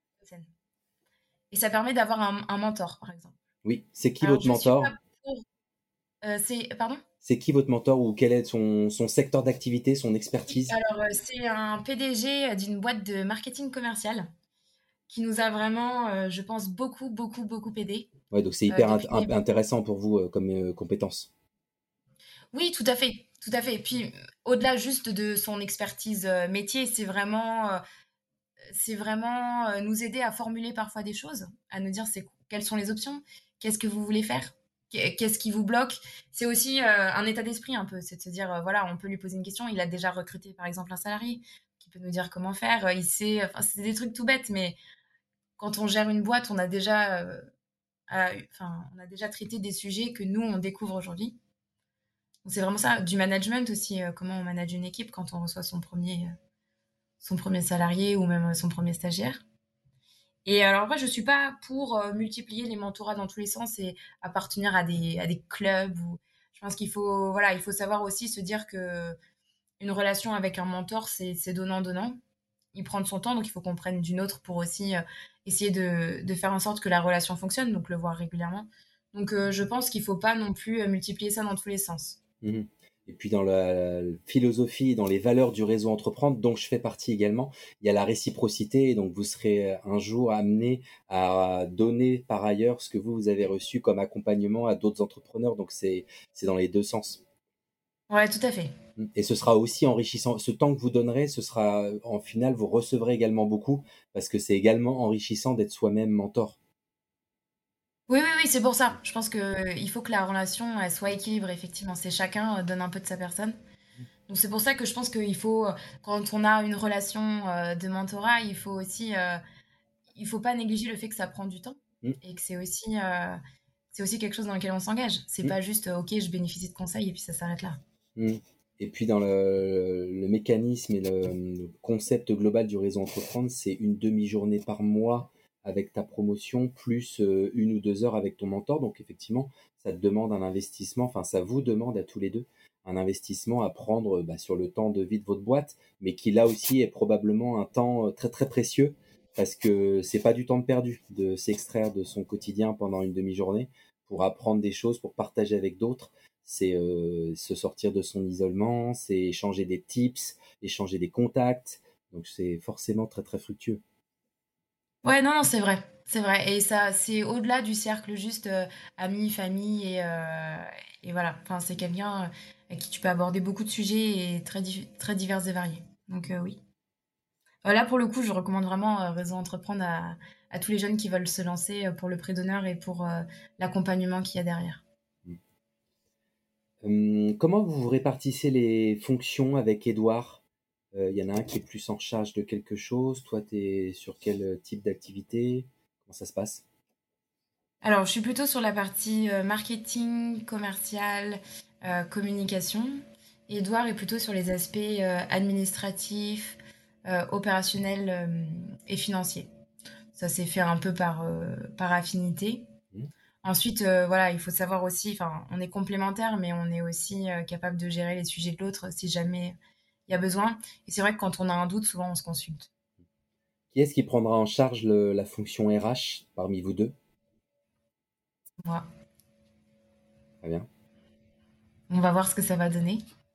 Et ça permet d'avoir un, un mentor, par exemple. Oui. C'est qui Alors, votre je suis pas mentor? pour. euh, c'est. Pardon? C'est qui votre mentor ou quel est son, son secteur d'activité, son Oui, expertise? alors, euh, c'est un P D G d'une boîte de marketing commercial qui nous a vraiment, euh, je pense, beaucoup, beaucoup, beaucoup aidé Ouais, donc c'est euh, hyper int- depuis le int- début. intéressant pour vous euh, comme euh, compétence. Oui, tout à fait, tout à fait. Et puis, au-delà juste de son expertise, heu, métier, c'est vraiment, heu, c'est vraiment, heu, nous aider à formuler parfois des choses, à nous dire c'est quelles sont les options? Qu'est-ce que vous voulez faire? Qu'est qu'est-ce qui vous bloque? C'est aussi, heu, un état d'esprit un peu, c'est de se dire, heu, voilà, on peut lui poser une question. Il a déjà recruté, par exemple, un salarié qui peut nous dire comment faire, heu, il sait enfin, c'est des trucs tout bêtes, mais quand on gère une boîte, on a déjà, heu, a enfin, on a déjà traité des sujets que nous, on découvre aujourd'hui. Donc c'est vraiment ça, du management aussi, heu, comment on manage une équipe quand on reçoit son premier, heu, son premier salarié ou même, heu, son premier stagiaire. Et alors après, je suis pas pour, heu, multiplier les mentorats dans tous les sens et appartenir à des à des clubs ou je pense qu'il faut voilà, il faut savoir aussi se dire que une relation avec un mentor, c'est c'est donnant-donnant. Il prend de son temps, donc il faut qu'on prenne du nôtre pour aussi, heu, essayer de de faire en sorte que la relation fonctionne, donc le voir régulièrement. Donc heu, je pense qu'il faut pas non plus, heu, multiplier ça dans tous les sens. Mmh. Et puis dans la philosophie, dans les valeurs du réseau Entreprendre, dont je fais partie également, il y a la réciprocité et donc vous serez, heu, un jour amené à donner par ailleurs ce que vous, vous avez reçu comme accompagnement à d'autres entrepreneurs, donc c'est c'est dans les deux sens. Ouais, tout à fait. Mmh, et ce sera aussi enrichissant. Ce temps que vous donnerez, ce sera, en final, vous recevrez également beaucoup parce que c'est également enrichissant d'être soi-même mentor. Oui, oui, oui, c'est pour ça. Je pense qu'il faut que la relation, elle soit équilibrée, effectivement. C'est chacun euh, donne un peu de sa personne. Donc c'est pour ça que je pense qu'il faut, euh, quand on a une relation euh, de mentorat, il faut aussi, euh, il faut pas négliger le fait que ça prend du temps Mmh, et que c'est aussi, euh, c'est aussi quelque chose dans lequel on s'engage. C'est mmh. pas juste, euh, ok, je bénéficie de conseils et puis ça s'arrête là. Mmh. Et puis dans le le mécanisme et le, mmh, concept global du réseau Entreprendre, c'est une demi-journée par mois avec ta promotion, plus, heu, une ou deux heures avec ton mentor. Donc effectivement, ça te demande un investissement, enfin ça vous demande à tous les deux un investissement à prendre, bah, sur le temps de vie de votre boîte, mais qui là aussi est probablement un temps, heu, très, très précieux parce que c'est pas du temps de perdu de s'extraire de son quotidien pendant une demi-journée pour apprendre des choses, pour partager avec d'autres. C'est, heu, se sortir de son isolement, c'est échanger des tips, échanger des contacts, donc c'est forcément très, très fructueux. Ouais, non, non, c'est vrai, c'est vrai. Et ça, c'est au-delà du cercle juste euh, amis, famille et, euh, et voilà. Enfin, c'est quelqu'un euh, avec qui tu peux aborder beaucoup de sujets et très, di- très divers et variés. Donc euh, oui. Euh, là, pour le coup, je recommande vraiment euh, Réseau Entreprendre à, à tous les jeunes qui veulent se lancer euh, pour le prix d'honneur et pour euh, l'accompagnement qu'il y a derrière. Mmh. Hem, comment vous vous répartissez les fonctions avec Édouard? Heu, il y en a un qui est plus en charge de quelque chose, toi tu es sur quel, heu, type d'activité? Comment ça se passe? Alors, je suis plutôt sur la partie euh, marketing, commercial, euh, communication. Edouard est plutôt sur les aspects euh, administratifs, euh, opérationnels euh, et financiers. Ça s'est fait un peu par, euh, par affinité. Mmh, Ensuite, euh, voilà, il faut savoir aussi, enfin, on est complémentaires, mais on est aussi euh, capable de gérer les sujets de l'autre si jamais il y a besoin. Et c'est vrai que quand on a un doute, souvent on se consulte. qui est-ce qui prendra en charge le la fonction R H parmi vous deux? Moi, Très bien. on va voir ce que ça va donner.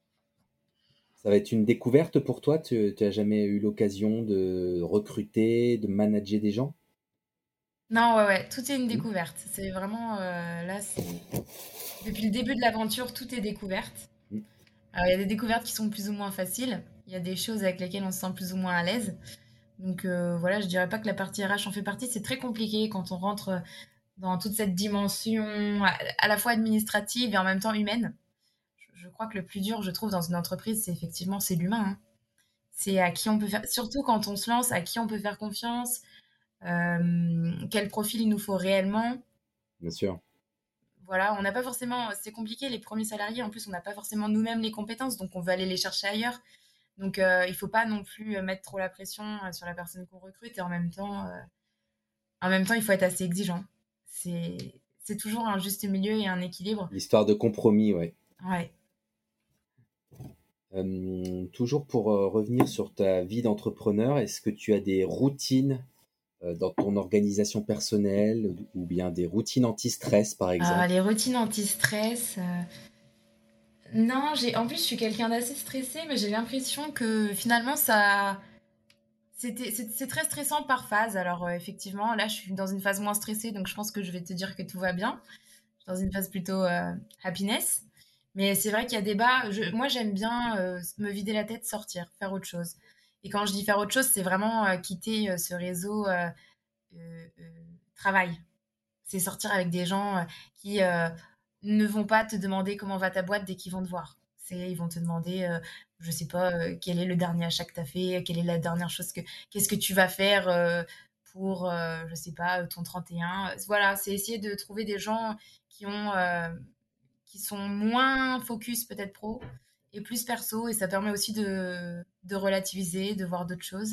Ça va être une découverte pour toi? Tu tu as jamais eu l'occasion de recruter, de manager des gens? Non, ouais, ouais, tout est une Mmh, découverte. C'est vraiment, euh, là, c'est depuis le début de l'aventure, tout est découverte. mmh, Alors, il y a des découvertes qui sont plus ou moins faciles. Il y a des choses avec lesquelles on se sent plus ou moins à l'aise. Donc euh, voilà, je dirais pas que la partie R H en fait partie. C'est très compliqué quand on rentre dans toute cette dimension à, à la fois administrative et en même temps humaine. Je, je crois que le plus dur, je trouve, dans une entreprise, c'est effectivement c'est l'humain. Hein. C'est à qui on peut faire, surtout quand on se lance, à qui on peut faire confiance, euh, quel profil il nous faut réellement. bien sûr. Voilà, on n'a pas forcément, c'est compliqué, les premiers salariés, en plus, on n'a pas forcément nous-mêmes les compétences, donc on veut aller les chercher ailleurs. Donc, euh, il faut pas non plus euh, mettre trop la pression euh, sur la personne qu'on recrute et en même temps, euh, en même temps, il faut être assez exigeant. C'est, c'est toujours un juste milieu et un équilibre. L'histoire de compromis, ouais. Ouais. Hem, toujours pour, heu, revenir sur ta vie d'entrepreneur, est-ce que tu as des routines, heu, dans ton organisation personnelle ou bien des routines anti-stress, par Ah, exemple? les routines anti-stress. euh, Non, j'ai, en plus, je suis quelqu'un d'assez stressé, mais j'ai l'impression que finalement, ça, c'était, c'est, c'est très stressant par phase. Alors, euh, effectivement, là, je suis dans une phase moins stressée, donc je pense que je vais te dire que tout va bien. Dans une phase plutôt euh, happiness. Mais c'est vrai qu'il y a des bas, je moi j'aime bien, heu, me vider la tête, sortir, faire autre chose. Et quand je dis faire autre chose, c'est vraiment, heu, quitter, heu, ce réseau, heu heu heu, travail. C'est sortir avec des gens, heu, qui, heu, ne vont pas te demander comment va ta boîte dès qu'ils vont te voir. C'est Ils vont te demander, heu, je sais pas, heu, quel est le dernier achat que tu as fait, quelle est la dernière chose que qu'est-ce que tu vas faire, heu, pour, heu, je sais pas, heu, ton trente et un. Voilà, c'est essayer de trouver des gens qui ont, heu, qui sont moins focus peut-être pro et plus perso, et ça permet aussi de de relativiser, de voir d'autres choses.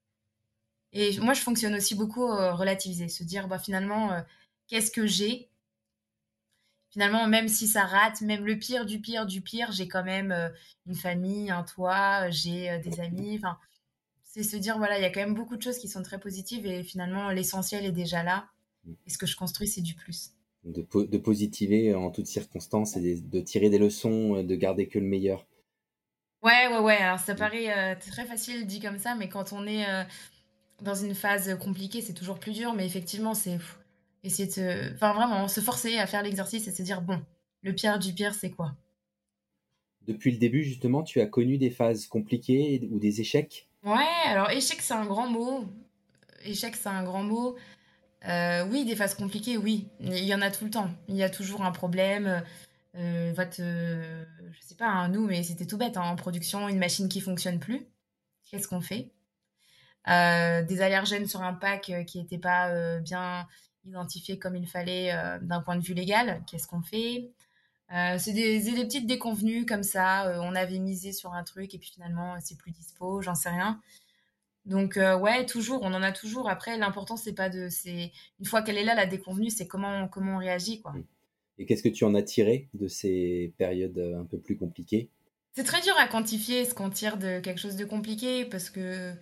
Et moi, je fonctionne aussi beaucoup, heu, relativiser, se dire: «Bah, finalement, heu, qu'est-ce que j'ai?» Finalement, même si ça rate, même le pire du pire du pire, j'ai quand même, heu, une famille, un toit, j'ai, heu, des amis, enfin, c'est se dire: «Voilà, il y a quand même beaucoup de choses qui sont très positives et finalement l'essentiel est déjà là et ce que je construis, c'est du plus». De, po- de positiver en toutes circonstances et de tirer des leçons, euh, de garder que le meilleur. Ouais, ouais, ouais, alors ça paraît, heu, très facile dit comme ça, mais quand on est, heu, dans une phase compliquée, c'est toujours plus dur, mais effectivement, c'est pff, essayer de se enfin, vraiment, se forcer à faire l'exercice et se dire: «Bon, le pire du pire, c'est quoi?» Depuis le début, justement, tu as connu des phases compliquées ou des échecs? Ouais, alors échec, c'est un grand mot. Échec, c'est un grand mot. Heu, oui, des phases compliquées, oui. Il y en a tout le temps. Il y a toujours un problème, heu, va te je sais pas, hein, nous, mais c'était tout bête, hein, en production, une machine qui fonctionne plus. Qu'est-ce qu'on fait? Heu, des allergènes sur un pack, heu, qui étaient pas, heu, bien identifiés comme il fallait, heu, d'un point de vue légal. Qu'est-ce qu'on fait? Heu, c'est des c'est des petites déconvenues comme ça, heu, on avait misé sur un truc et puis finalement, c'est plus dispo, j'en sais rien. Donc heu, ouais, toujours, on en a toujours. Après, l'important, c'est pas de c'est une fois qu'elle est là, la déconvenue, c'est comment comment on réagit, quoi. Mm. Et qu'est-ce que tu en as tiré de ces périodes euh, un peu plus compliquées? C'est très dur à quantifier ce qu'on tire de quelque chose de compliqué parce que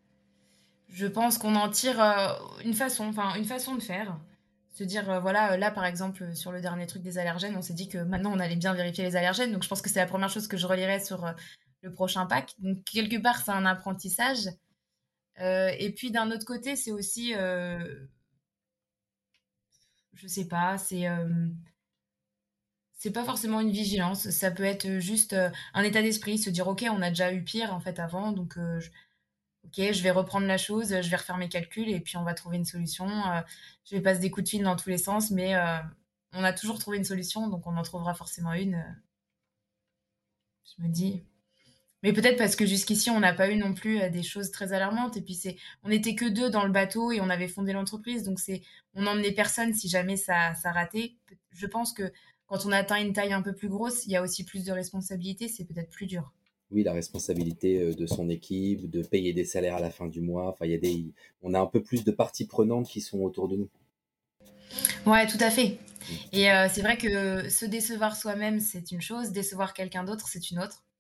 je pense qu'on en tire, heu, une façon, enfin, une façon de faire. Se dire, heu, voilà, heu, là, par exemple, heu, sur le dernier truc des allergènes, on s'est dit que maintenant, on allait bien vérifier les allergènes. Donc je pense que c'est la première chose que je relirai sur, heu, le prochain pack. Donc quelque part, c'est un apprentissage. Heu et puis d'un autre côté, c'est aussi, heu, je sais pas, c'est, hem c'est pas forcément une vigilance, ça peut être, juste, heu, un état d'esprit, se dire: «OK, on a déjà eu pire, en fait, avant, donc heu, j OK, je vais reprendre la chose, je vais refaire mes calculs et puis on va trouver une solution», heu, je vais passer des coups de fil dans tous les sens, mais heu, on a toujours trouvé une solution, donc on en trouvera forcément une, heu, je me dis. Mais peut-être parce que jusqu'ici, on n'a pas eu non plus, heu, des choses très alarmantes et puis c'est on était que deux dans le bateau et on avait fondé l'entreprise, donc c'est on n'emmenait personne si jamais ça ça ratait. Peut Je pense que quand on atteint une taille un peu plus grosse, il y a aussi plus de responsabilités, c'est peut-être plus dur. Oui, la responsabilité euh, de son équipe, de payer des salaires à la fin du mois. Enfin, il y a des, on a un peu plus de parties prenantes qui sont autour de nous. Ouais, tout à fait. Mm. Et heu, c'est vrai que se décevoir soi-même, c'est une chose, décevoir quelqu'un d'autre, c'est une autre.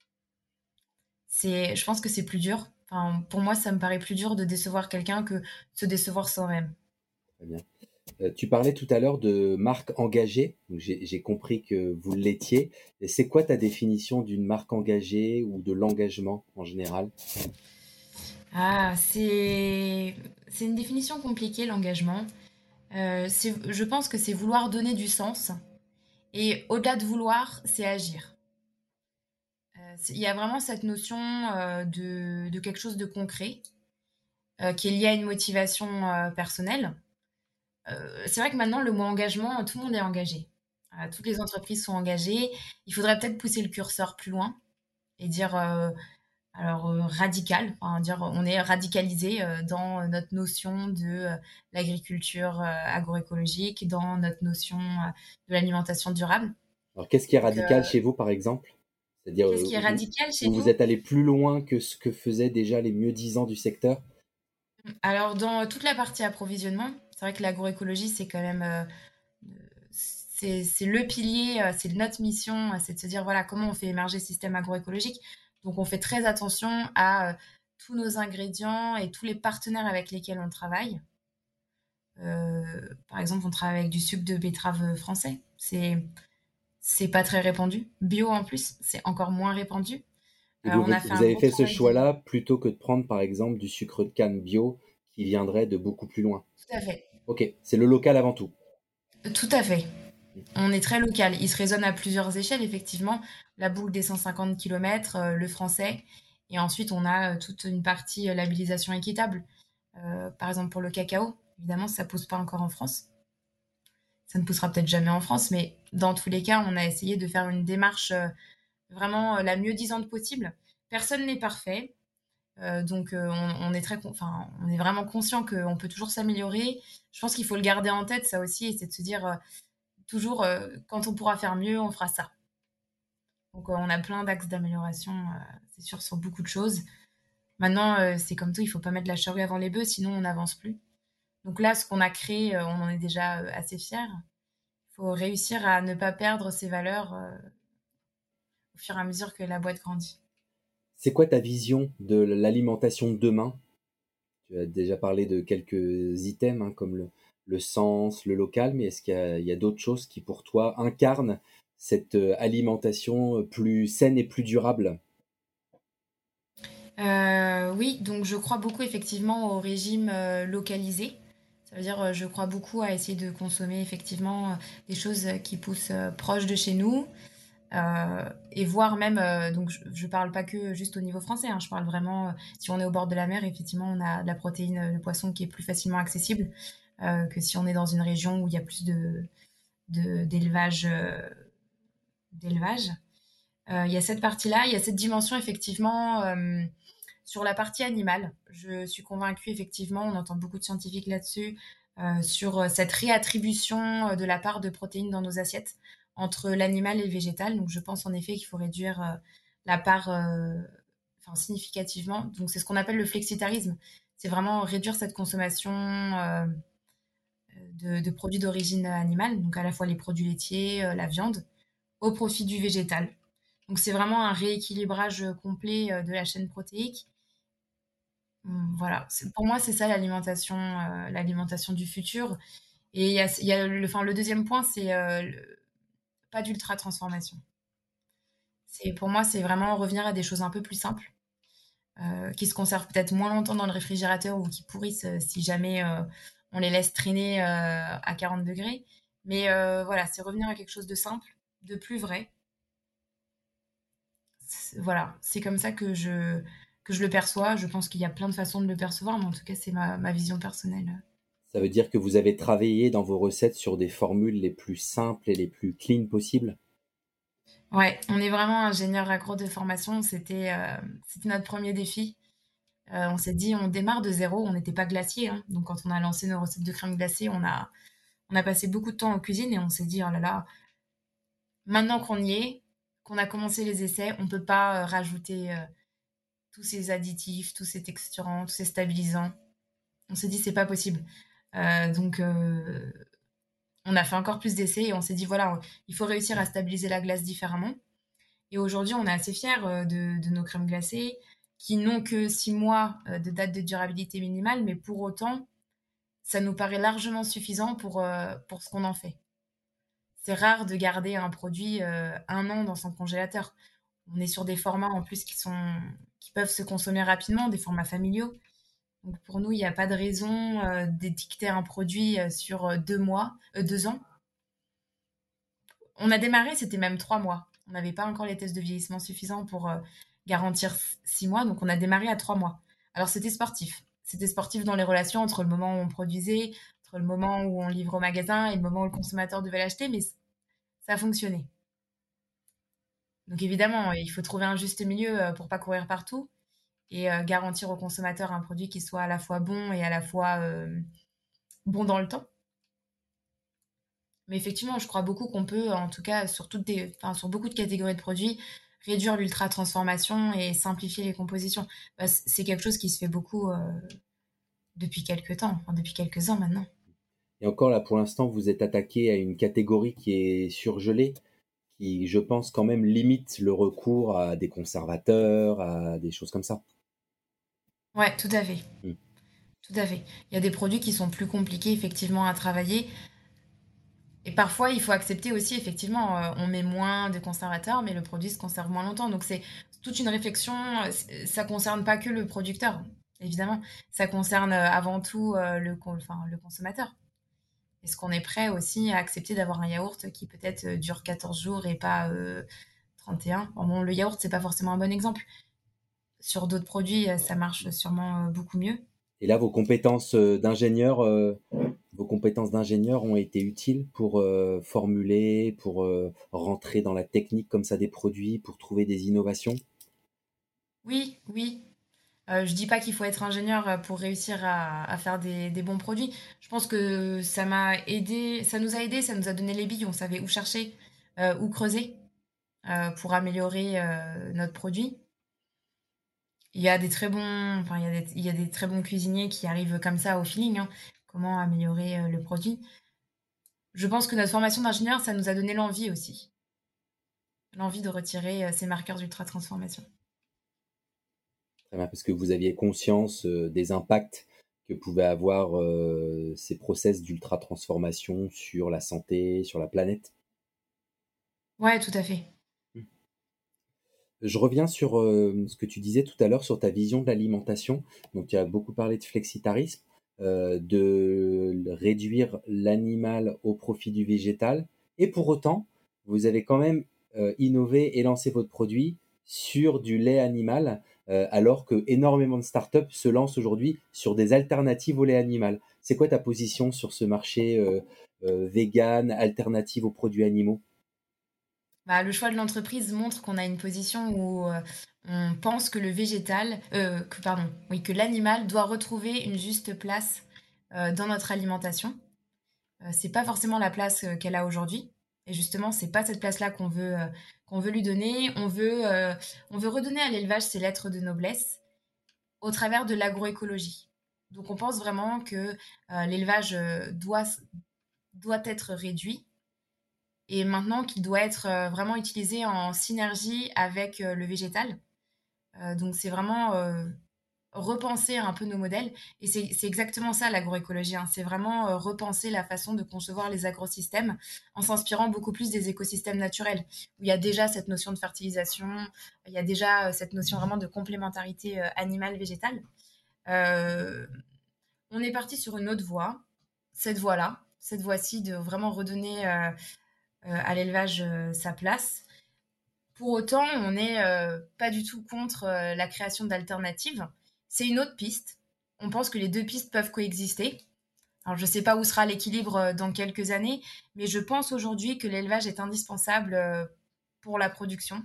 C'est Je pense que c'est plus dur. Enfin, pour moi, ça me paraît plus dur de décevoir quelqu'un que de se décevoir soi-même. Très bien. Euh, tu parlais tout à l'heure de marque engagée. Donc, J'ai j'ai compris que vous l'étiez. Et c'est quoi ta définition d'une marque engagée ou de l'engagement en général? Ah, c'est c'est une définition compliquée, l'engagement. Heu, c'est Je pense que c'est vouloir donner du sens et au-delà de vouloir, c'est agir. Heu, c'est Il y a vraiment cette notion, heu, de de quelque chose de concret, heu, qui est lié à une motivation, heu, personnelle. Heu, c'est vrai que maintenant le mot engagement, tout le monde est engagé. Heu, toutes les entreprises sont engagées. Il faudrait peut-être pousser le curseur plus loin et dire, heu, alors, heu, radical, enfin dire on est radicalisé, heu, dans notre notion de, heu, l'agriculture, heu, agroécologique, dans notre notion, heu, de l'alimentation durable. Alors, qu'est-ce qui est Donc, heu, radical chez vous, par exemple? C'est-à-dire qu'est-ce euh, qui est où, radical chez où vous nous? êtes allé plus loin que ce que faisaient déjà les mieux-disants du secteur? Alors dans toute la partie approvisionnement, c'est vrai que l'agroécologie, c'est quand même, heu, c'est c'est le pilier, heu, c'est notre mission, heu, c'est de se dire: «Voilà, comment on fait émerger le système agroécologique?» Donc on fait très attention à, heu, tous nos ingrédients et tous les partenaires avec lesquels on travaille. Heu, par exemple, on travaille avec du sucre de betterave, français. C'est c'est pas très répandu. Bio en plus, c'est encore moins répandu. Et Heu, vous, on a fait vous un avez gros fait ce travail de choix-là plutôt que de prendre, par exemple, du sucre de canne bio qui viendrait de beaucoup plus loin. tout à fait, Ok, c'est le local avant tout. tout à fait. On est très local. Il se raisonne à plusieurs échelles, effectivement. La boucle des cent cinquante kilomètres, heu, le français et ensuite on a, heu, toute une partie, heu, labellisation équitable. Heu, par exemple pour le cacao, évidemment ça pousse pas encore en France. Ça ne poussera peut-être jamais en France, mais dans tous les cas, on a essayé de faire une démarche, heu, vraiment, heu, la mieux disante possible. Personne n'est parfait, heu, donc heu, on on est très con enfin, on est vraiment conscient qu'on peut toujours s'améliorer. Je pense qu'il faut le garder en tête ça aussi et c'est de se dire, heu, toujours, heu: «Quand on pourra faire mieux, on fera ça». Donc, heu, on a plein d'axes d'amélioration, heu, c'est sûr sur beaucoup de choses. Maintenant, heu, c'est comme tout, il faut pas mettre la charrue avant les bœufs, sinon on n'avance plus. Donc là, ce qu'on a créé, heu, on en est déjà, heu, assez fiers. Il faut réussir à ne pas perdre ses valeurs, heu, au fur et à mesure que la boîte grandit. C'est quoi ta vision de l'alimentation de demain? Tu as déjà parlé de quelques items, hein, comme le le sens, le local, mais est-ce qu'il y a il y a d'autres choses qui, pour toi, incarnent cette, heu, alimentation, heu, plus saine et plus durable? Heu, oui, donc je crois beaucoup effectivement au régime, heu, localisé. Ça veut dire, heu, je crois beaucoup à essayer de consommer effectivement, heu, des choses, heu, qui poussent, heu, proches de chez nous, heu et voire même, heu, donc je je parle pas que juste au niveau français, hein, je parle vraiment, heu, si on est au bord de la mer, effectivement, on a de la protéine, heu, de poisson qui est plus facilement accessible, heu, que si on est dans une région où il y a plus de de d'élevage, heu, d'élevage. Heu, il y a cette partie-là, il y a cette dimension effectivement, hem, sur la partie animale. Je suis convaincue effectivement, on entend beaucoup de scientifiques là-dessus, heu, sur, heu, cette réattribution, heu, de la part de protéines dans nos assiettes, entre l'animal et le végétal. Donc je pense en effet qu'il faut réduire, heu, la part, heu, enfin significativement. Donc c'est ce qu'on appelle le flexitarisme. C'est vraiment réduire cette consommation, heu, de de produits d'origine animale, donc à la fois les produits laitiers, heu, la viande, au profit du végétal. Donc c'est vraiment un rééquilibrage, heu, complet, heu, de la chaîne protéique. Mmh, voilà, c'est pour moi, c'est ça l'alimentation, heu, l'alimentation du futur et il y a il y a le enfin, le deuxième point, c'est, heu, le pas d'ultra transformation. C'est pour moi, c'est vraiment revenir à des choses un peu plus simples, heu, qui se conservent peut-être moins longtemps dans le réfrigérateur ou qui pourrissent, heu, si jamais, heu, on les laisse traîner, heu, à quarante degrés. Mais, heu, voilà, c'est revenir à quelque chose de simple, de plus vrai. C Voilà, c'est comme ça que je que je le perçois. Je pense qu'il y a plein de façons de le percevoir, mais en tout cas, c'est ma ma vision personnelle. Ça veut dire que vous avez travaillé dans vos recettes sur des formules les plus simples et les plus clean possibles? Ouais, on est vraiment ingénieur agro de formation. C'était, heu, c'était notre premier défi. Heu, on s'est dit: «On démarre de zéro». On n'était pas glaciers, hein, donc quand on a lancé nos recettes de crème glacée, on a on a passé beaucoup de temps en cuisine et on s'est dit: «Oh là là, maintenant qu'on y est, qu'on a commencé les essais, on peut pas, heu, rajouter, heu, tous ces additifs, tous ces texturants, tous ces stabilisants». On s'est dit: «C'est pas possible». Heu, donc heu, on a fait encore plus d'essais et on s'est dit: «Voilà, il faut réussir à stabiliser la glace différemment». Et aujourd'hui, on est assez fiers, heu, de de nos crèmes glacées qui n'ont que six mois, heu, de date de durabilité minimale, mais pour autant, ça nous paraît largement suffisant pour, heu, pour ce qu'on en fait. C'est rare de garder un produit, heu, un an dans son congélateur. On est sur des formats en plus qui sont qui peuvent se consommer rapidement, des formats familiaux. Donc pour nous, il y a pas de raison, heu, d'étiqueter un produit, heu, sur, heu, deux mois, heu, deux ans. On a démarré, c'était même trois mois. On n'avait pas encore les tests de vieillissement suffisants pour, heu, garantir s six mois, donc on a démarré à trois mois. Alors c'était sportif. C'était sportif dans les relations entre le moment où on produisait, entre le moment où on livre au magasin et le moment où le consommateur devait l'acheter, mais ç ça a fonctionné. Donc évidemment, il faut trouver un juste milieu, heu, pour pas courir partout et heu, garantir au consommateur un produit qui soit à la fois bon et à la fois, hem, bon dans le temps. Mais effectivement, je crois beaucoup qu'on peut, en tout cas sur toutes des enfin, sur beaucoup de catégories de produits, réduire l'ultra-transformation et simplifier les compositions. Bah, c c'est quelque chose qui se fait beaucoup, heu, depuis quelque temps, enfin depuis quelques ans maintenant. Et encore là, pour l'instant, vous êtes attaqué à une catégorie qui est surgelée, qui, je pense, quand même limite le recours à des conservateurs, à des choses comme ça? Ouais, tout à fait, Mmh. tout à fait. Il y a des produits qui sont plus compliqués effectivement à travailler et parfois il faut accepter aussi effectivement, heu, on met moins de conservateurs, mais le produit se conserve moins longtemps. Donc c'est toute une réflexion, heu, c ça concerne pas que le producteur, évidemment. Ça concerne, heu, avant tout, heu, le con enfin le consommateur. Est-ce qu'on est prêt aussi à accepter d'avoir un yaourt qui peut-être euh, dure quatorze jours et pas euh, trente et un? Bon, bon, le yaourt, c'est pas forcément un bon exemple. Sur d'autres produits, euh, ça marche sûrement euh, beaucoup mieux. Et là, vos compétences euh, d'ingénieur, euh, vos compétences d'ingénieur ont été utiles pour euh, formuler, pour euh, rentrer dans la technique comme ça des produits, pour trouver des innovations. Oui, oui. Euh, je dis pas qu'il faut être ingénieur euh, pour réussir à, à faire des, des bons produits. Je pense que ça m'a aidé, ça nous a aidé, ça nous a donné les billes. On savait où chercher, euh, où creuser euh, pour améliorer euh, notre produit. Il y a des très bons, enfin, il y a des, il y a des très bons cuisiniers qui arrivent comme ça au feeling, hein, comment améliorer euh, le produit. Je pense que notre formation d'ingénieur, ça nous a donné l'envie aussi, l'envie de retirer euh, ces marqueurs d'ultra transformation. Très bien, parce que vous aviez conscience euh, des impacts que pouvaient avoir euh, ces process d'ultra transformation sur la santé, sur la planète. Ouais, tout à fait. Je reviens sur euh, ce que tu disais tout à l'heure sur ta vision de l'alimentation. Donc, tu as beaucoup parlé de flexitarisme, euh, de réduire l'animal au profit du végétal. Et pour autant, vous avez quand même euh, innové et lancé votre produit sur du lait animal, euh, alors que énormément de startups se lancent aujourd'hui sur des alternatives au lait animal. C'est quoi ta position sur ce marché euh, euh, vegan, alternative aux produits animaux? Bah, le choix de l'entreprise montre qu'on a une position où euh, on pense que le végétal, euh, que, pardon, oui, que l'animal doit retrouver une juste place euh, dans notre alimentation. Euh, c'est pas forcément la place euh, qu'elle a aujourd'hui. Et justement, c'est pas cette place-là qu'on veut, euh, qu'on veut lui donner. On veut, euh, on veut redonner à l'élevage ses lettres de noblesse au travers de l'agroécologie. Donc on pense vraiment que euh, l'élevage euh, doit, doit être réduit et maintenant qu'il doit être euh, vraiment utilisé en synergie avec euh, le végétal. Euh, donc c'est vraiment euh, repenser un peu nos modèles. Et c'est c'est exactement ça l'agroécologie, hein. C'est vraiment euh, repenser la façon de concevoir les agrosystèmes en s'inspirant beaucoup plus des écosystèmes naturels, où il y a déjà cette notion de fertilisation, il y a déjà euh, cette notion vraiment de complémentarité euh, animale-végétale. Euh, on est parti sur une autre voie, cette voie-là, cette voie-ci de vraiment redonner euh, euh, à l'élevage euh, sa place. Pour autant, on n'est euh, pas du tout contre euh, la création d'alternatives. C'est une autre piste. On pense que les deux pistes peuvent coexister. Alors, je ne sais pas où sera l'équilibre euh, dans quelques années, mais je pense aujourd'hui que l'élevage est indispensable euh, pour la production.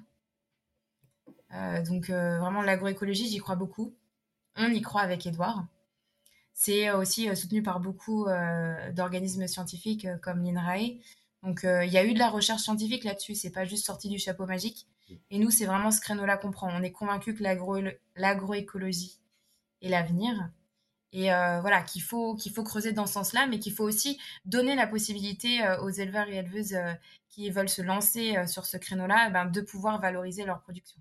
Euh, donc, euh, vraiment, l'agroécologie, j'y crois beaucoup. On y croit avec Edouard. C'est aussi euh, soutenu par beaucoup euh, d'organismes scientifiques euh, comme l'INRAE. Donc, euh, il y a eu de la recherche scientifique là-dessus. C'est pas juste sorti du chapeau magique. Et nous, c'est vraiment ce créneau-là qu'on prend. On est convaincu que l'agro- l'agroécologie est l'avenir. Et euh, voilà, qu'il faut, qu'il faut creuser dans ce sens-là, mais qu'il faut aussi donner la possibilité euh, aux éleveurs et éleveuses euh, qui veulent se lancer euh, sur ce créneau-là, eh ben, de pouvoir valoriser leur production.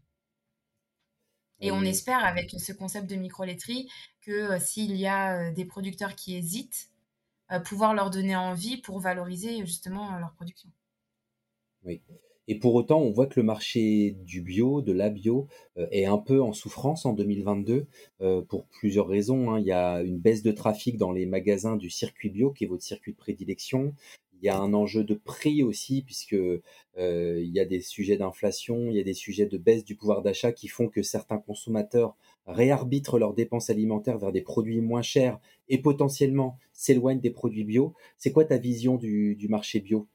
Et on Euh, espère, avec ce concept de micro-laiterie, que euh, s'il y a euh, des producteurs qui hésitent, euh, pouvoir leur donner envie pour valoriser justement euh, leur production. Oui. Et pour autant, on voit que le marché du bio, de la bio, euh, est un peu en souffrance en deux mille vingt-deux euh, pour plusieurs raisons, hein. Il y a une baisse de trafic dans les magasins du circuit bio, qui est votre circuit de prédilection. Il y a un enjeu de prix aussi, puisque euh, il y a des sujets d'inflation, il y a des sujets de baisse du pouvoir d'achat qui font que certains consommateurs réarbitrent leurs dépenses alimentaires vers des produits moins chers et potentiellement s'éloignent des produits bio. C'est quoi ta vision du, du marché bio?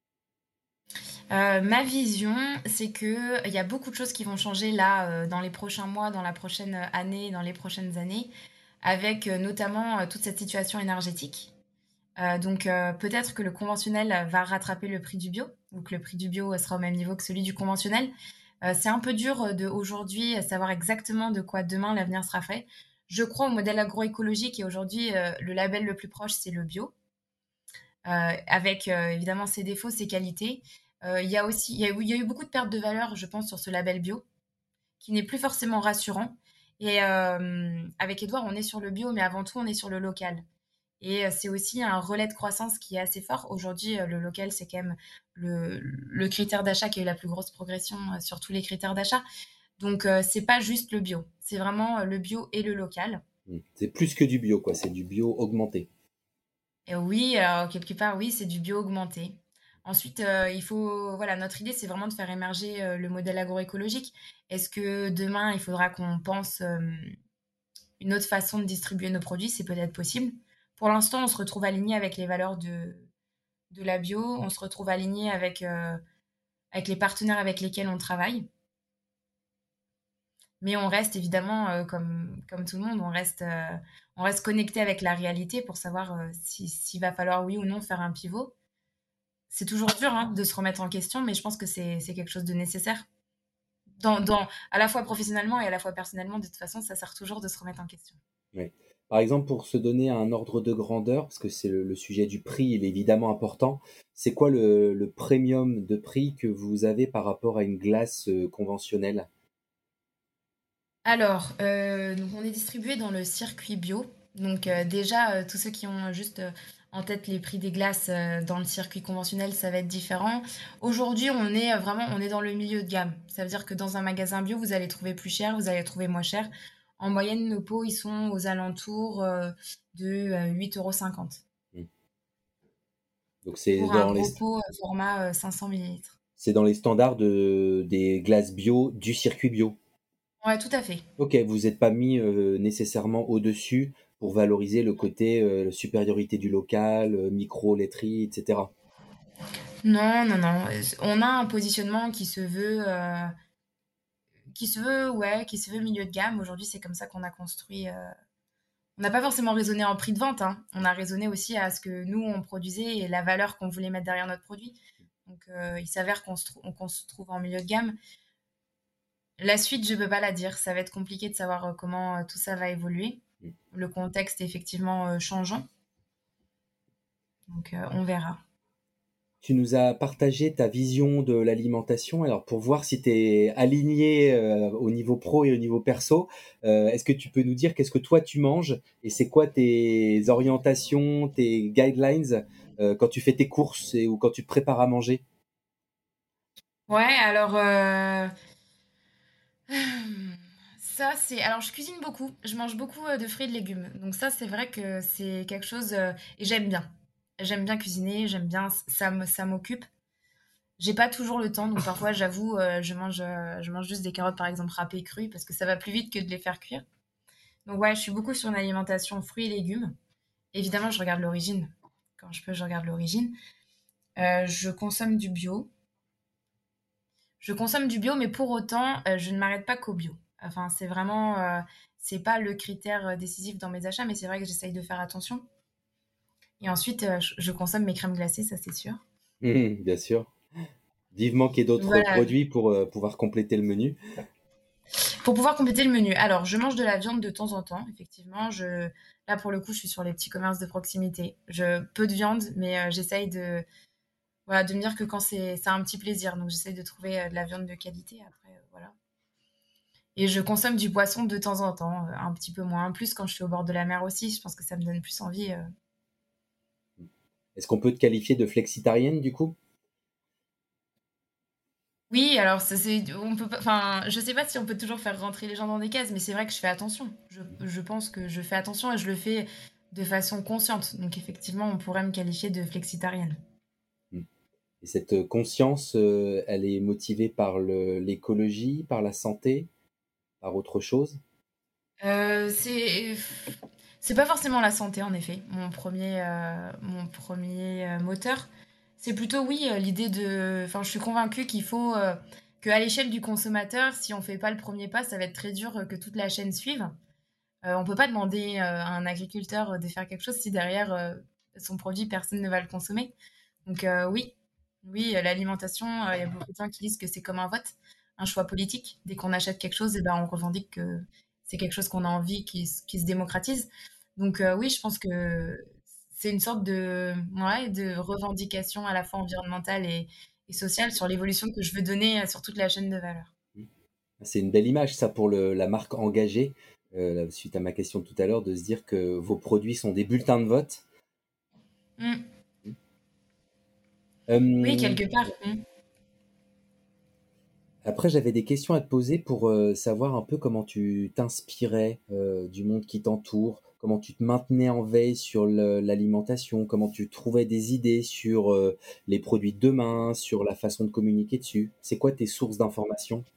Euh, ma vision, c'est qu'il y a beaucoup de choses qui vont changer là euh, dans les prochains mois, dans la prochaine année, dans les prochaines années, avec euh, notamment euh, toute cette situation énergétique. Euh, donc euh, peut-être que le conventionnel va rattraper le prix du bio, ou que le prix du bio sera au même niveau que celui du conventionnel. Euh, c'est un peu dur de aujourd'hui savoir exactement de quoi demain l'avenir sera fait. Je crois au modèle agroécologique et aujourd'hui euh, le label le plus proche c'est le bio, euh, avec euh, évidemment ses défauts, ses qualités. Euh, Il y a aussi, il y a, eu- il y a eu beaucoup de pertes de valeur, je pense, sur ce label bio, qui n'est plus forcément rassurant. Et euh, avec Edouard, on est sur le bio, mais avant tout, on est sur le local. Et euh, c'est aussi un relais de croissance qui est assez fort. Aujourd'hui, euh, le local, c'est quand même le, le critère d'achat qui a eu la plus grosse progression euh, sur tous les critères d'achat. Donc, euh, c'est pas juste le bio, c'est vraiment euh, le bio et le local. C'est plus que du bio, quoi. C'est du bio augmenté. Et oui, alors quelque part, oui, c'est du bio augmenté. Ensuite, heu, il faut voilà, notre idée, c'est vraiment de faire émerger, heu, le modèle agroécologique. Est-ce que demain, il faudra qu'on pense, hem, une autre façon de distribuer nos produits? C'est peut-être possible. Pour l'instant, on se retrouve aligné avec les valeurs de de la bio, on se retrouve aligné avec, heu, avec les partenaires avec lesquels on travaille. Mais on reste évidemment, heu, comme comme tout le monde, on reste, heu, on reste connecté avec la réalité pour savoir, heu, si s'il va falloir oui ou non faire un pivot. C'est toujours dur, hein, de se remettre en question, mais je pense que c'est c'est quelque chose de nécessaire. Dans dans à la fois professionnellement et à la fois personnellement, de toute façon, ça sert toujours de se remettre en question. Ouais. Par exemple, pour se donner un ordre de grandeur, parce que c'est le le sujet du prix, il est évidemment important. C'est quoi le le premium de prix que vous avez par rapport à une glace, heu, conventionnelle? Alors, heu, donc on est distribué dans le circuit bio. Donc, heu, déjà, heu, tous ceux qui ont juste, heu, en tête les prix des glaces, heu, dans le circuit conventionnel, ça va être différent. Aujourd'hui, on est, heu, vraiment on est dans le milieu de gamme. Ça veut dire que dans un magasin bio, vous allez trouver plus cher, vous allez trouver moins cher. En moyenne, nos pots, ils sont aux alentours, heu, de, heu, huit euros cinquante Mmh. Donc c'est pour un dans les gros pot, heu, format, heu, cinq cents millilitres. c'est dans les standards de des glaces bio du circuit bio? Ouais, tout à fait. OK, vous êtes pas mis, heu, nécessairement au-dessus pour valoriser le côté, heu, supériorité du local, heu, micro-laiterie et cetera? Non, non, non, heu, on a un positionnement qui se veut, heu Qui se veut ouais, qui se veut milieu de gamme. Aujourd'hui, c'est comme ça qu'on a construit, heu on n'a pas forcément raisonné en prix de vente, hein. On a raisonné aussi à ce que nous, on produisait et la valeur qu'on voulait mettre derrière notre produit. Donc, heu, il s'avère qu'on se trou qu'on se trouve en milieu de gamme. La suite, je peux pas la dire. Ça va être compliqué de savoir, heu, comment, heu, tout ça va évoluer. Mmh. Le contexte est effectivement, heu, changeant, donc, heu, on verra. Tu nous as partagé ta vision de l'alimentation. Alors pour voir si tu es aligné, heu, au niveau pro et au niveau perso, heu, est-ce que tu peux nous dire qu'est-ce que toi tu manges et c'est quoi tes orientations, tes guidelines, heu, quand tu fais tes courses et ou quand tu te prépares à manger? Ouais, alors, heu, hem, ça, c'est alors je cuisine beaucoup. Je mange beaucoup, heu, de fruits et de légumes. Donc ça, c'est vrai que c'est quelque chose, heu et j'aime bien. J'aime bien cuisiner, j'aime bien, ç ça me ça m'occupe. J'ai pas toujours le temps, donc parfois, j'avoue, heu, je mange, heu, je mange juste des carottes, par exemple, râpées crues parce que ça va plus vite que de les faire cuire. Donc ouais, je suis beaucoup sur une alimentation fruits et légumes. Évidemment, je regarde l'origine. Quand je peux, je regarde l'origine. Heu, je consomme du bio. Je consomme du bio, mais pour autant, heu, je ne m'arrête pas qu'au bio. Enfin, c'est vraiment, heu, c'est pas le critère, heu, décisif dans mes achats, mais c'est vrai que j'essaye de faire attention et ensuite, heu, je je consomme mes crèmes glacées, ça, c'est sûr. Mmh, bien sûr. Vivement qu'il y ait d'autres Voilà, produits pour, heu, pouvoir compléter le menu. pour pouvoir compléter le menu. Alors, je mange de la viande de temps en temps, effectivement. Je Là, pour le coup, je suis sur les petits commerces de proximité. Je peu de viande, mais heu, j'essaye de voilà, de me dire que quand c'est c'est un petit plaisir, donc j'essaye de trouver, heu, de la viande de qualité après, heu, voilà. Et je consomme du poisson de temps en temps, heu, un petit peu moins. Plus quand je suis au bord de la mer aussi, je pense que ça me donne plus envie, heu Est-ce qu'on peut te qualifier de flexitarienne du coup? oui, alors ça c'est on peut pas enfin, je sais pas si on peut toujours faire rentrer les gens dans des cases, mais c'est vrai que je fais attention. Je je pense que je fais attention et je le fais de façon consciente. Donc effectivement, on pourrait me qualifier de flexitarienne. Mmh. Et cette conscience, heu, elle est motivée par le l'écologie, par la santé, par autre chose? Heu, c'est c'est pas forcément la santé en effet, mon premier er mon premier er moteur. C'est plutôt oui, heu, l'idée de enfin, je suis convaincue qu'il faut, heu, qu'à l'échelle du consommateur, si on fait pas le premier pas, ça va être très dur, heu, que toute la chaîne suive. Heu, on peut pas demander, heu, à un agriculteur, heu, de faire quelque chose si derrière, heu, son produit, personne ne va le consommer. Donc heu, oui, oui, heu, l'alimentation, heu, il y a beaucoup de gens qui disent que c'est comme un vote, un choix politique. Dès qu'on achète quelque chose et ben, on revendique que c'est quelque chose qu'on a envie qui s qui se démocratise. Donc heu, oui, je pense que c'est une sorte de ouais, de revendication à la fois environnementale et et sociale sur l'évolution que je veux donner, heu, sur toute la chaîne de valeur. Mmh. C'est une belle image ça pour le la marque engagée, heu, suite à ma question de tout à l'heure, de se dire que vos produits sont des bulletins de vote. Mmh. Mmh. Oui, Hem, quelque part. Mmh. Après j'avais des questions à te poser pour, heu, savoir un peu comment tu t'inspirais, heu, du monde qui t'entoure. comment tu te maintenais en veille sur le l'alimentation, comment tu trouvais des idées sur, heu, les produits de demain, sur la façon de communiquer dessus? C'est quoi tes sources d'informations?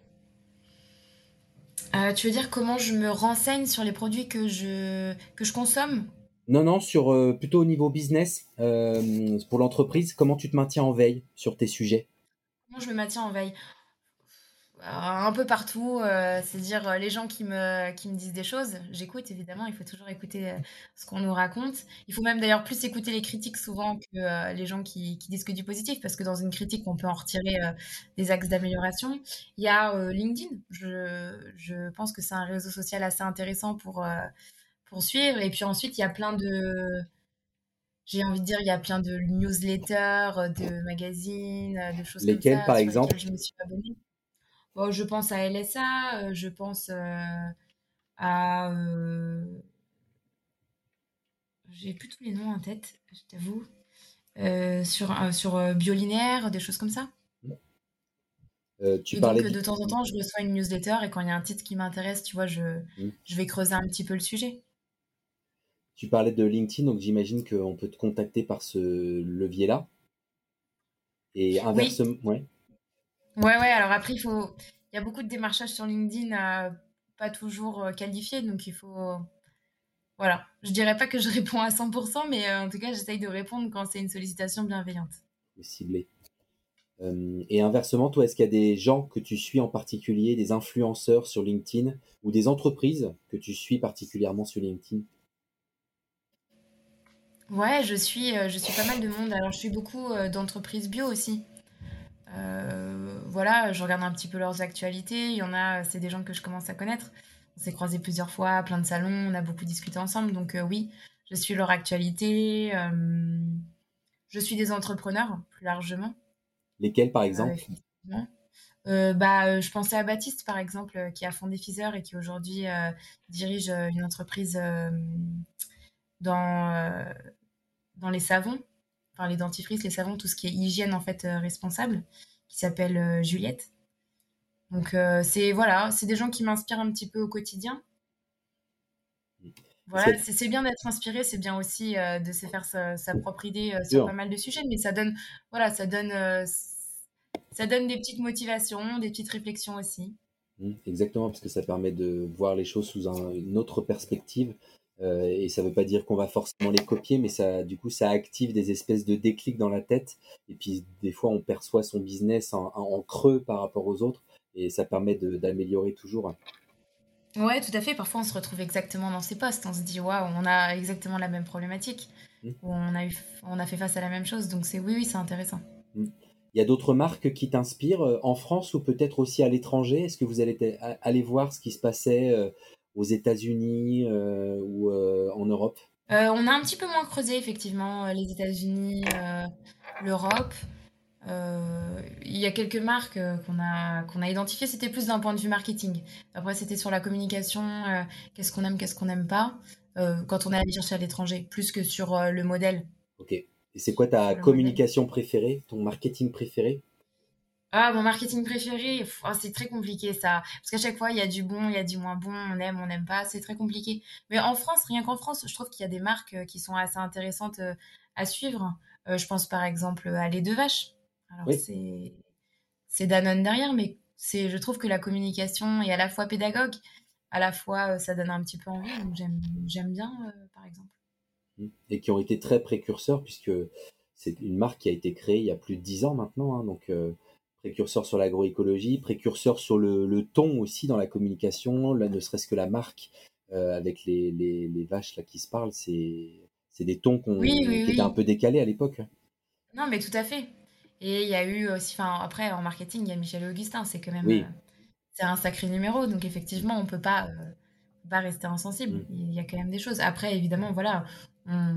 Heu, tu veux dire comment je me renseigne sur les produits que je que je consomme? Non, non, sur, heu, plutôt au niveau business, hem, pour l'entreprise, comment tu te maintiens en veille sur tes sujets? Comment je me maintiens en veille? Heu, un peu partout, heu, c'est-à-dire, heu, les gens qui me qui me disent des choses, j'écoute évidemment, il faut toujours écouter, heu, ce qu'on nous raconte. Il faut même d'ailleurs plus écouter les critiques souvent que, heu, les gens qui qui disent que du positif, parce que dans une critique, on peut en retirer, heu, des axes d'amélioration. Il y a, heu, LinkedIn. Je je pense que c'est un réseau social assez intéressant pour, heu, pour suivre, et puis ensuite, il y a plein de j'ai envie de dire, il y a plein de newsletters, heu, de magazines, heu, de choses comme Lesquels, ça par sur lesquelles exemple? je me suis abonnée. Bon, je pense à L S A, heu, je pense, heu, à, heu, j'ai plus tous les noms en tête, je t'avoue. Heu, sur, heu, sur, heu, Biolinéaire, des choses comme ça. Heu, tu Et parlais donc, heu, de du temps en mmh, temps, je reçois une newsletter, et quand il y a un titre qui m'intéresse, tu vois, je mmh. je vais creuser un petit peu le sujet. Tu parlais de LinkedIn, donc j'imagine qu'on peut te contacter par ce levier-là et Oui, inversem ouais, ouais, ouais, alors après il faut il y a beaucoup de démarchages sur LinkedIn, heu, pas toujours, heu, qualifiés, donc il faut voilà. Je dirais pas que je réponds à cent pour cent, mais, heu, en tout cas, j'essaye de répondre quand c'est une sollicitation bienveillante. ciblé. Hem et inversement, toi, est-ce qu'il y a des gens que tu suis en particulier, des influenceurs sur LinkedIn ou des entreprises que tu suis particulièrement sur LinkedIn? Ouais, je suis, heu, je suis pas mal de monde. Alors je suis beaucoup, heu, d'entreprises bio aussi. Heu, voilà, je regarde un petit peu leurs actualités. Il y en a, c'est des gens que je commence à connaître. On s'est croisés plusieurs fois à plein de salons, on a beaucoup discuté ensemble, donc, heu, oui, je suis leur actualité. Hem, je suis des entrepreneurs, plus largement, Lesquels, par heu, exemple? effectivement. Heu, bah, heu, je pensais à Baptiste, par exemple, heu, qui a fondé Pfizer et qui aujourd'hui, heu, dirige, heu, une entreprise, hem, dans, heu, dans les savons, enfin les dentifrices, les savons, tout ce qui est hygiène en fait, heu, responsable, qui s'appelle, heu, Juliette. Donc, heu, c'est voilà, c'est des gens qui m'inspirent un petit peu au quotidien. Est-ce qu'il Voilà, y a c'est c'est bien d'être inspiré, c'est bien aussi, heu, de se faire sa sa propre idée, heu, sur pas sûr, mal de sujets, mais ça donne voilà, ça donne, heu, ça donne des petites motivations, des petites réflexions aussi. mmh, exactement, parce que ça permet de voir les choses sous un une autre perspective, heu et ça veut pas dire qu'on va forcément les copier, mais ça du coup, ça active des espèces de déclics dans la tête et puis des fois, on perçoit son business en en en creux par rapport aux autres et ça permet de d'améliorer toujours. Ouais, tout à fait. Parfois, on se retrouve exactement dans ces postes. On se dit: «Waouh, on a exactement la même problématique», Mmh, ou on a eu on a fait face à la même chose. Donc c'est oui, oui, c'est intéressant. mmh. Il y a d'autres marques qui t'inspirent, heu, en France ou peut-être aussi à l'étranger? Est-ce que vous allez t a aller voir ce qui se passait, heu, aux États-Unis, heu, ou heu, en Europe? Heu, on a un petit peu moins creusé effectivement, heu, les États-Unis, heu, l'Europe. Heu, il y a quelques marques, heu, qu'on a qu'on a identifiées, c'était plus d'un point de vue marketing. Après, c'était sur la communication, heu, qu'est-ce qu'on aime, qu'est-ce qu'on n'aime pas, heu, quand on est allé chercher à l'étranger, plus que sur, heu, le modèle OK, et c'est quoi ta sur le modèle. communication préférée, ton marketing préféré? Ah, mon marketing préféré, pff, ah, c'est très compliqué ça. Parce qu'à chaque fois, il y a du bon, il y a du moins bon, on aime, on n'aime pas, c'est très compliqué. Mais en France, rien qu'en France, je trouve qu'il y a des marques euh, qui sont assez intéressantes euh, à suivre. Euh, je pense par exemple à lait de vache. Alors Oui. c'est c'est Danone derrière, mais c'est, je trouve que la communication est à la fois pédagogue, à la fois euh, ça donne un petit peu envie, donc j'aime j'aime bien euh, par exemple. Mmh, et qui ont été très précurseurs puisque c'est une marque qui a été créée il y a plus de dix ans maintenant, hein, donc heu, précurseur sur l'agroécologie, précurseur sur le le ton aussi dans la communication, là, ne serait-ce que la marque, heu, avec les les les vaches là qui se parlent, c'est c'est des tons Oui, qu'on oui, qui étaient un oui. peu décalés à l'époque. Non, mais tout à fait. Et il y a eu aussi, enfin après en marketing, il y a Michel Augustin, c'est quand même euh, Oui. c'est un sacré numéro, donc Mmh, effectivement, on peut pas, heu, on peut pas rester insensible. mmh, Il y a quand même des choses. Après, évidemment, voilà, on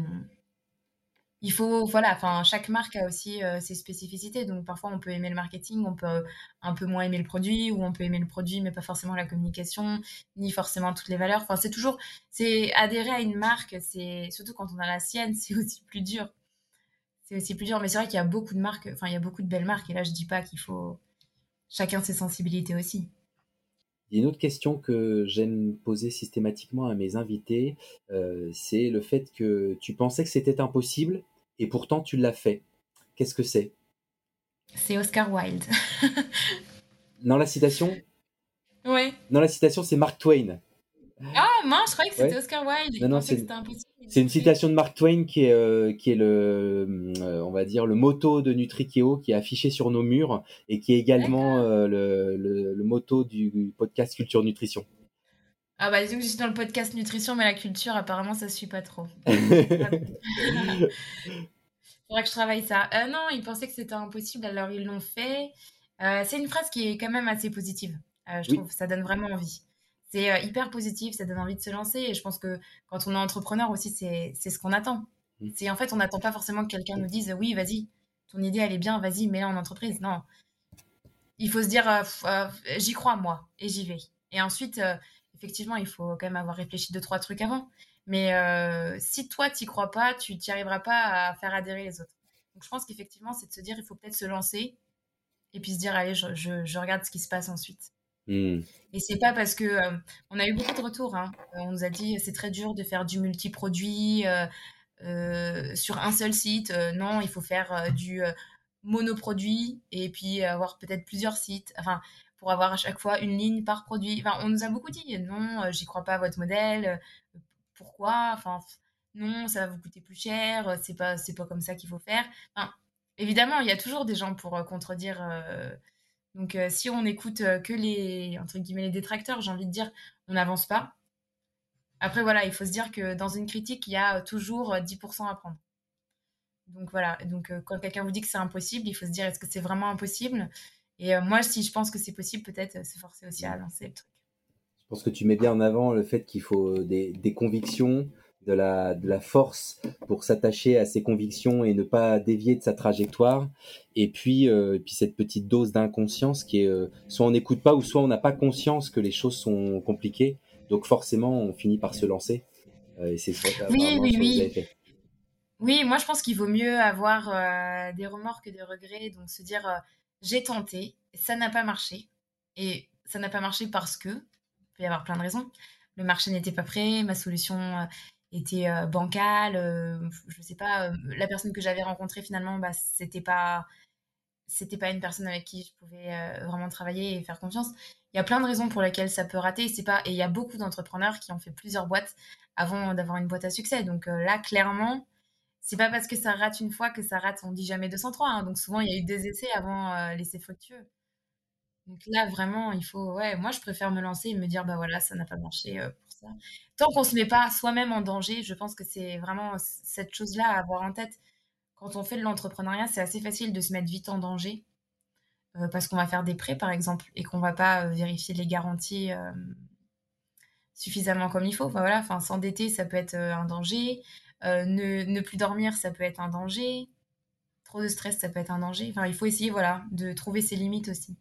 il faut voilà, enfin, chaque marque a aussi, heu, ses spécificités, donc parfois on peut aimer le marketing, on peut un peu moins aimer le produit, ou on peut aimer le produit, mais pas forcément la communication, ni forcément toutes les valeurs. Enfin, c'est toujours c'est adhérer à une marque, c'est surtout quand on a la sienne, c'est aussi plus dur. C'est aussi plus dur, mais c'est vrai qu'il y a beaucoup de marques, enfin, il y a beaucoup de belles marques, et là, je dis pas qu'il faut chacun ses sensibilités aussi. Il y a une autre question que j'aime poser systématiquement à mes invités, heu, c'est le fait que tu pensais que c'était impossible et pourtant tu l'as fait. Qu'est-ce que c'est? C'est Oscar Wilde. Non, la citation Ouais. non, la citation, c'est Mark Twain. Ah mince, je croyais que c'était Ouais. Oscar Wilde. Non, Il non, pensait c'est que une c'était impossible, il c'est l'a une fait. citation de Mark Twain qui est, heu, qui est le, mmh, heu, on va dire le motto de Nutrikeo qui est affiché sur nos murs et qui est également, D'accord. heu, le le le motto du podcast Culture Nutrition. Ah bah, disons que je suis dans le podcast nutrition, mais la culture apparemment ça suit pas trop. Faudra faudra que je travaille ça. Heu, non, ils pensaient que c'était impossible, alors ils l'ont fait. Heu, c'est une phrase qui est quand même assez positive, heu, je Oui. trouve. Ça donne vraiment envie. C'est, heu, hyper positif, ça donne envie de se lancer et je pense que quand on est entrepreneur aussi, c'est c'est ce qu'on attend. Mmh. C'est en fait, on n'attend pas forcément que quelqu'un nous dise: «Oui, vas-y, ton idée elle est bien, vas-y, mets-la en entreprise». Non, il faut se dire, heu, heu: «J'y crois moi et j'y vais» et ensuite, heu, effectivement, il faut quand même avoir réfléchi deux trois trucs avant. Mais, heu, si toi tu y crois pas, tu tu arriveras pas à faire adhérer les autres. Donc je pense qu'effectivement, c'est de se dire: «Il faut peut-être se lancer» et puis se dire: «Allez, je je je regarde ce qui se passe ensuite». Mmh. Et c'est pas parce que, hem, on a eu beaucoup de retours, hein. Heu, on nous a dit: «C'est très dur de faire du multi-produit, heu heu, sur un seul site». Heu, non, il faut faire, heu, du, heu, monoproduit et puis avoir peut-être plusieurs sites, enfin, pour avoir à chaque fois une ligne par produit. Enfin, on nous a beaucoup dit: «Non, heu, j'y crois pas à votre modèle, heu, pourquoi? Enfin, non, ça va vous coûter plus cher, heu, c'est pas c'est pas comme ça qu'il faut faire». Enfin, évidemment, il y a toujours des gens pour, heu, contredire, heu, donc heu, si on écoute, heu, que les entre guillemets «les détracteurs», j'ai envie de dire, on n'avance pas. Après voilà, il faut se dire que dans une critique, il y a, heu, toujours, heu, dix à prendre. Donc voilà, donc heu, quand quelqu'un vous dit que c'est impossible, il faut se dire: «Est-ce que c'est vraiment impossible?» et heu, moi, si je pense que c'est possible, peut-être, heu, se forcer aussi Mmh. à lancer le truc. Je pense que tu mets bien en avant le fait qu'il faut des, des convictions, de la, de la force pour s'attacher à ses convictions et ne pas dévier de sa trajectoire. Et puis, euh, et puis cette petite dose d'inconscience qui est euh, soit on n'écoute pas ou soit on n'a pas conscience que les choses sont compliquées. Donc forcément, on finit par se lancer. Euh, et c'est sur- Oui, apparemment oui, ce que vous avez oui. fait. Oui, moi, je pense qu'il vaut mieux avoir, heu, des remords que des regrets, donc se dire, heu: «J'ai tenté, ça n'a pas marché» et ça n'a pas marché parce que, il peut y avoir plein de raisons. Le marché n'était pas prêt, ma solution, heu, était, heu, bancale, heu, je sais pas, heu, la personne que j'avais rencontrée finalement, bah, c'était pas c'était pas une personne avec qui je pouvais, heu, vraiment travailler et faire confiance. Il y a plein de raisons pour lesquelles ça peut rater, c'est pas et il y a beaucoup d'entrepreneurs qui ont fait plusieurs boîtes avant d'avoir une boîte à succès, donc heu, là, clairement, c'est pas parce que ça rate une fois que ça rate, on dit jamais deux cent trois, hein, donc souvent il y a eu des essais avant, heu, l'essai fructueux. Donc là, vraiment, il faut ouais, moi je préfère me lancer et me dire: «Bah, voilà, ça n'a pas marché, heu, pour ça». Tant qu'on se met pas soi-même en danger, je pense que c'est vraiment c cette chose-là à avoir en tête. Quand on fait de l'entrepreneuriat, c'est assez facile de se mettre vite en danger, heu, parce qu'on va faire des prêts, par exemple, et qu'on va pas, heu, vérifier les garanties, hem, suffisamment comme il faut. Enfin voilà, enfin s'endetter, ça peut être, heu, un danger, heu, ne ne plus dormir, ça peut être un danger. Trop de stress, ça peut être un danger. Enfin, il faut essayer, voilà, de trouver ses limites aussi.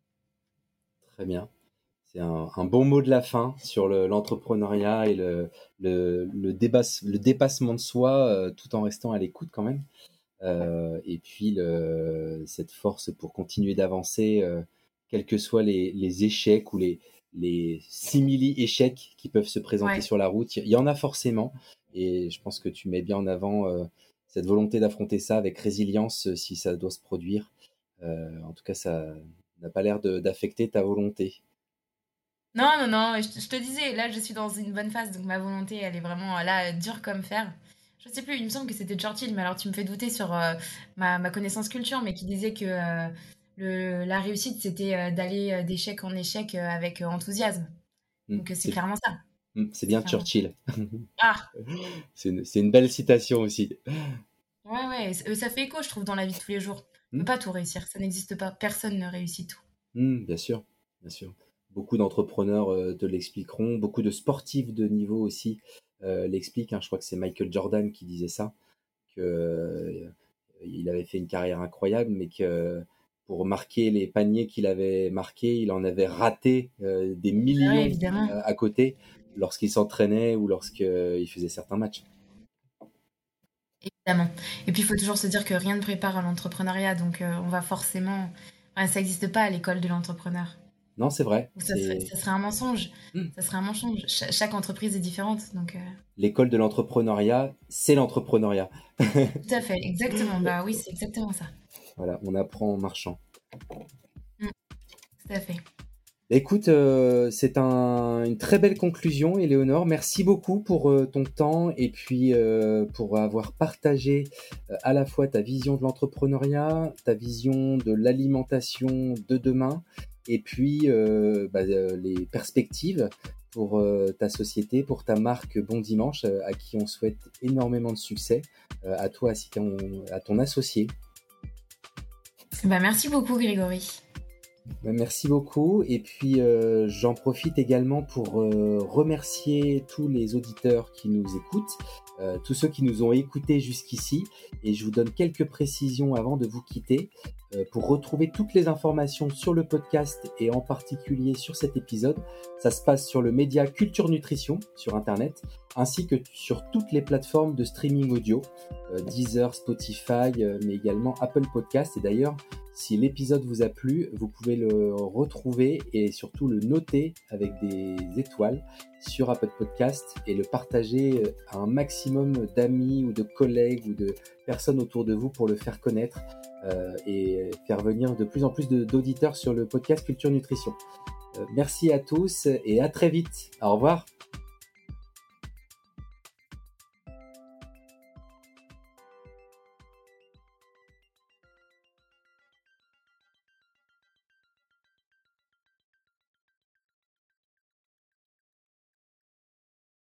Très bien. C'est un, un bon mot de la fin sur le- l'entrepreneuriat et le, le, le, débasse- le dépassement de soi euh, tout en restant à l'écoute quand même. Euh, et puis le, cette force pour continuer d'avancer, euh, quels que soient les, les échecs ou les, les simili-échecs qui peuvent se présenter Ouais. sur la route. Il y en a forcément, et je pense que tu mets bien en avant euh, cette volonté d'affronter ça avec résilience euh, si ça doit se produire. Euh, en tout cas, ça n'a pas l'air de- d'affecter ta volonté. Non, non, non, et je te je te disais, là, je suis dans une bonne phase, donc ma volonté, elle est vraiment, heu, là, heu, dure comme fer. Je sais plus, il me semble que c'était Churchill, mais alors tu me fais douter sur, heu, ma ma connaissance culture, mais qui disait que, heu, le la réussite, c'était, heu, d'aller, heu, d'échec en échec, heu, avec, heu, enthousiasme. Hmm, Donc, heu, c'est c'est clairement ça. hmm, c'est C'est bien clairement ça. Churchill. Ah! C'est une, c'est une belle citation aussi. Ouais, ouais, et ç ça fait écho, je trouve, dans la vie de tous les jours. On Hmm, peut pas tout réussir, ça n'existe pas. Personne ne réussit tout. hmm, bien sûr, bien sûr. Beaucoup d'entrepreneurs euh, te l'expliqueront, beaucoup de sportifs de niveau aussi euh, l'expliquent, hein. Je crois que c'est Michael Jordan qui disait ça, que euh, il avait fait une carrière incroyable, mais que pour marquer les paniers qu'il avait marqués, il en avait raté euh, des Bah, ouais, millions évidemment. euh, à côté lorsqu'il s'entraînait ou lorsqu'il faisait certains matchs. Évidemment. Et puis, il faut toujours se dire que rien ne prépare à l'entrepreneuriat, donc heu, on va forcément enfin, ça existe pas à l'école de l'entrepreneur. Non, c'est vrai. Ou ça serait, C'est ça serait un mensonge. mmh. Ça serait un mensonge. Cha- chaque entreprise est différente, donc euh, L'école de l'entrepreneuriat, c'est l'entrepreneuriat. tout à fait, exactement. Bah oui, c'est exactement ça. Voilà, on apprend en marchant. Mm, tout à fait. Écoute, euh, c'est un- une très belle conclusion, Éléonore. Merci beaucoup pour euh, ton temps et puis euh, pour avoir partagé euh, à la fois ta vision de l'entrepreneuriat, ta vision de l'alimentation de demain et puis euh, bah, euh, les perspectives pour euh, ta société, pour ta marque Bon Dimanche, euh, à qui on souhaite énormément de succès, euh, à toi ainsi qu'à ton- à ton associé. Bah merci beaucoup, Grégory. Ben, merci beaucoup. Et puis, euh, j'en profite également pour euh, remercier tous les auditeurs qui nous écoutent, euh, tous ceux qui nous ont écoutés jusqu'ici. Et je vous donne quelques précisions avant de vous quitter. Euh, pour retrouver toutes les informations sur le podcast et en particulier sur cet épisode, ça se passe sur le média Culture Nutrition sur Internet, ainsi que sur toutes les plateformes de streaming audio, euh, Deezer, Spotify, euh, mais également Apple Podcast. Et d'ailleurs, si l'épisode vous a plu, vous pouvez le retrouver et surtout le noter avec des étoiles sur Apple Podcast et le partager à un maximum d'amis ou de collègues ou de personnes autour de vous pour le faire connaître euh, et faire venir de plus en plus de, d'auditeurs sur le podcast Culture Nutrition. Euh, merci à tous et à très vite. Au revoir.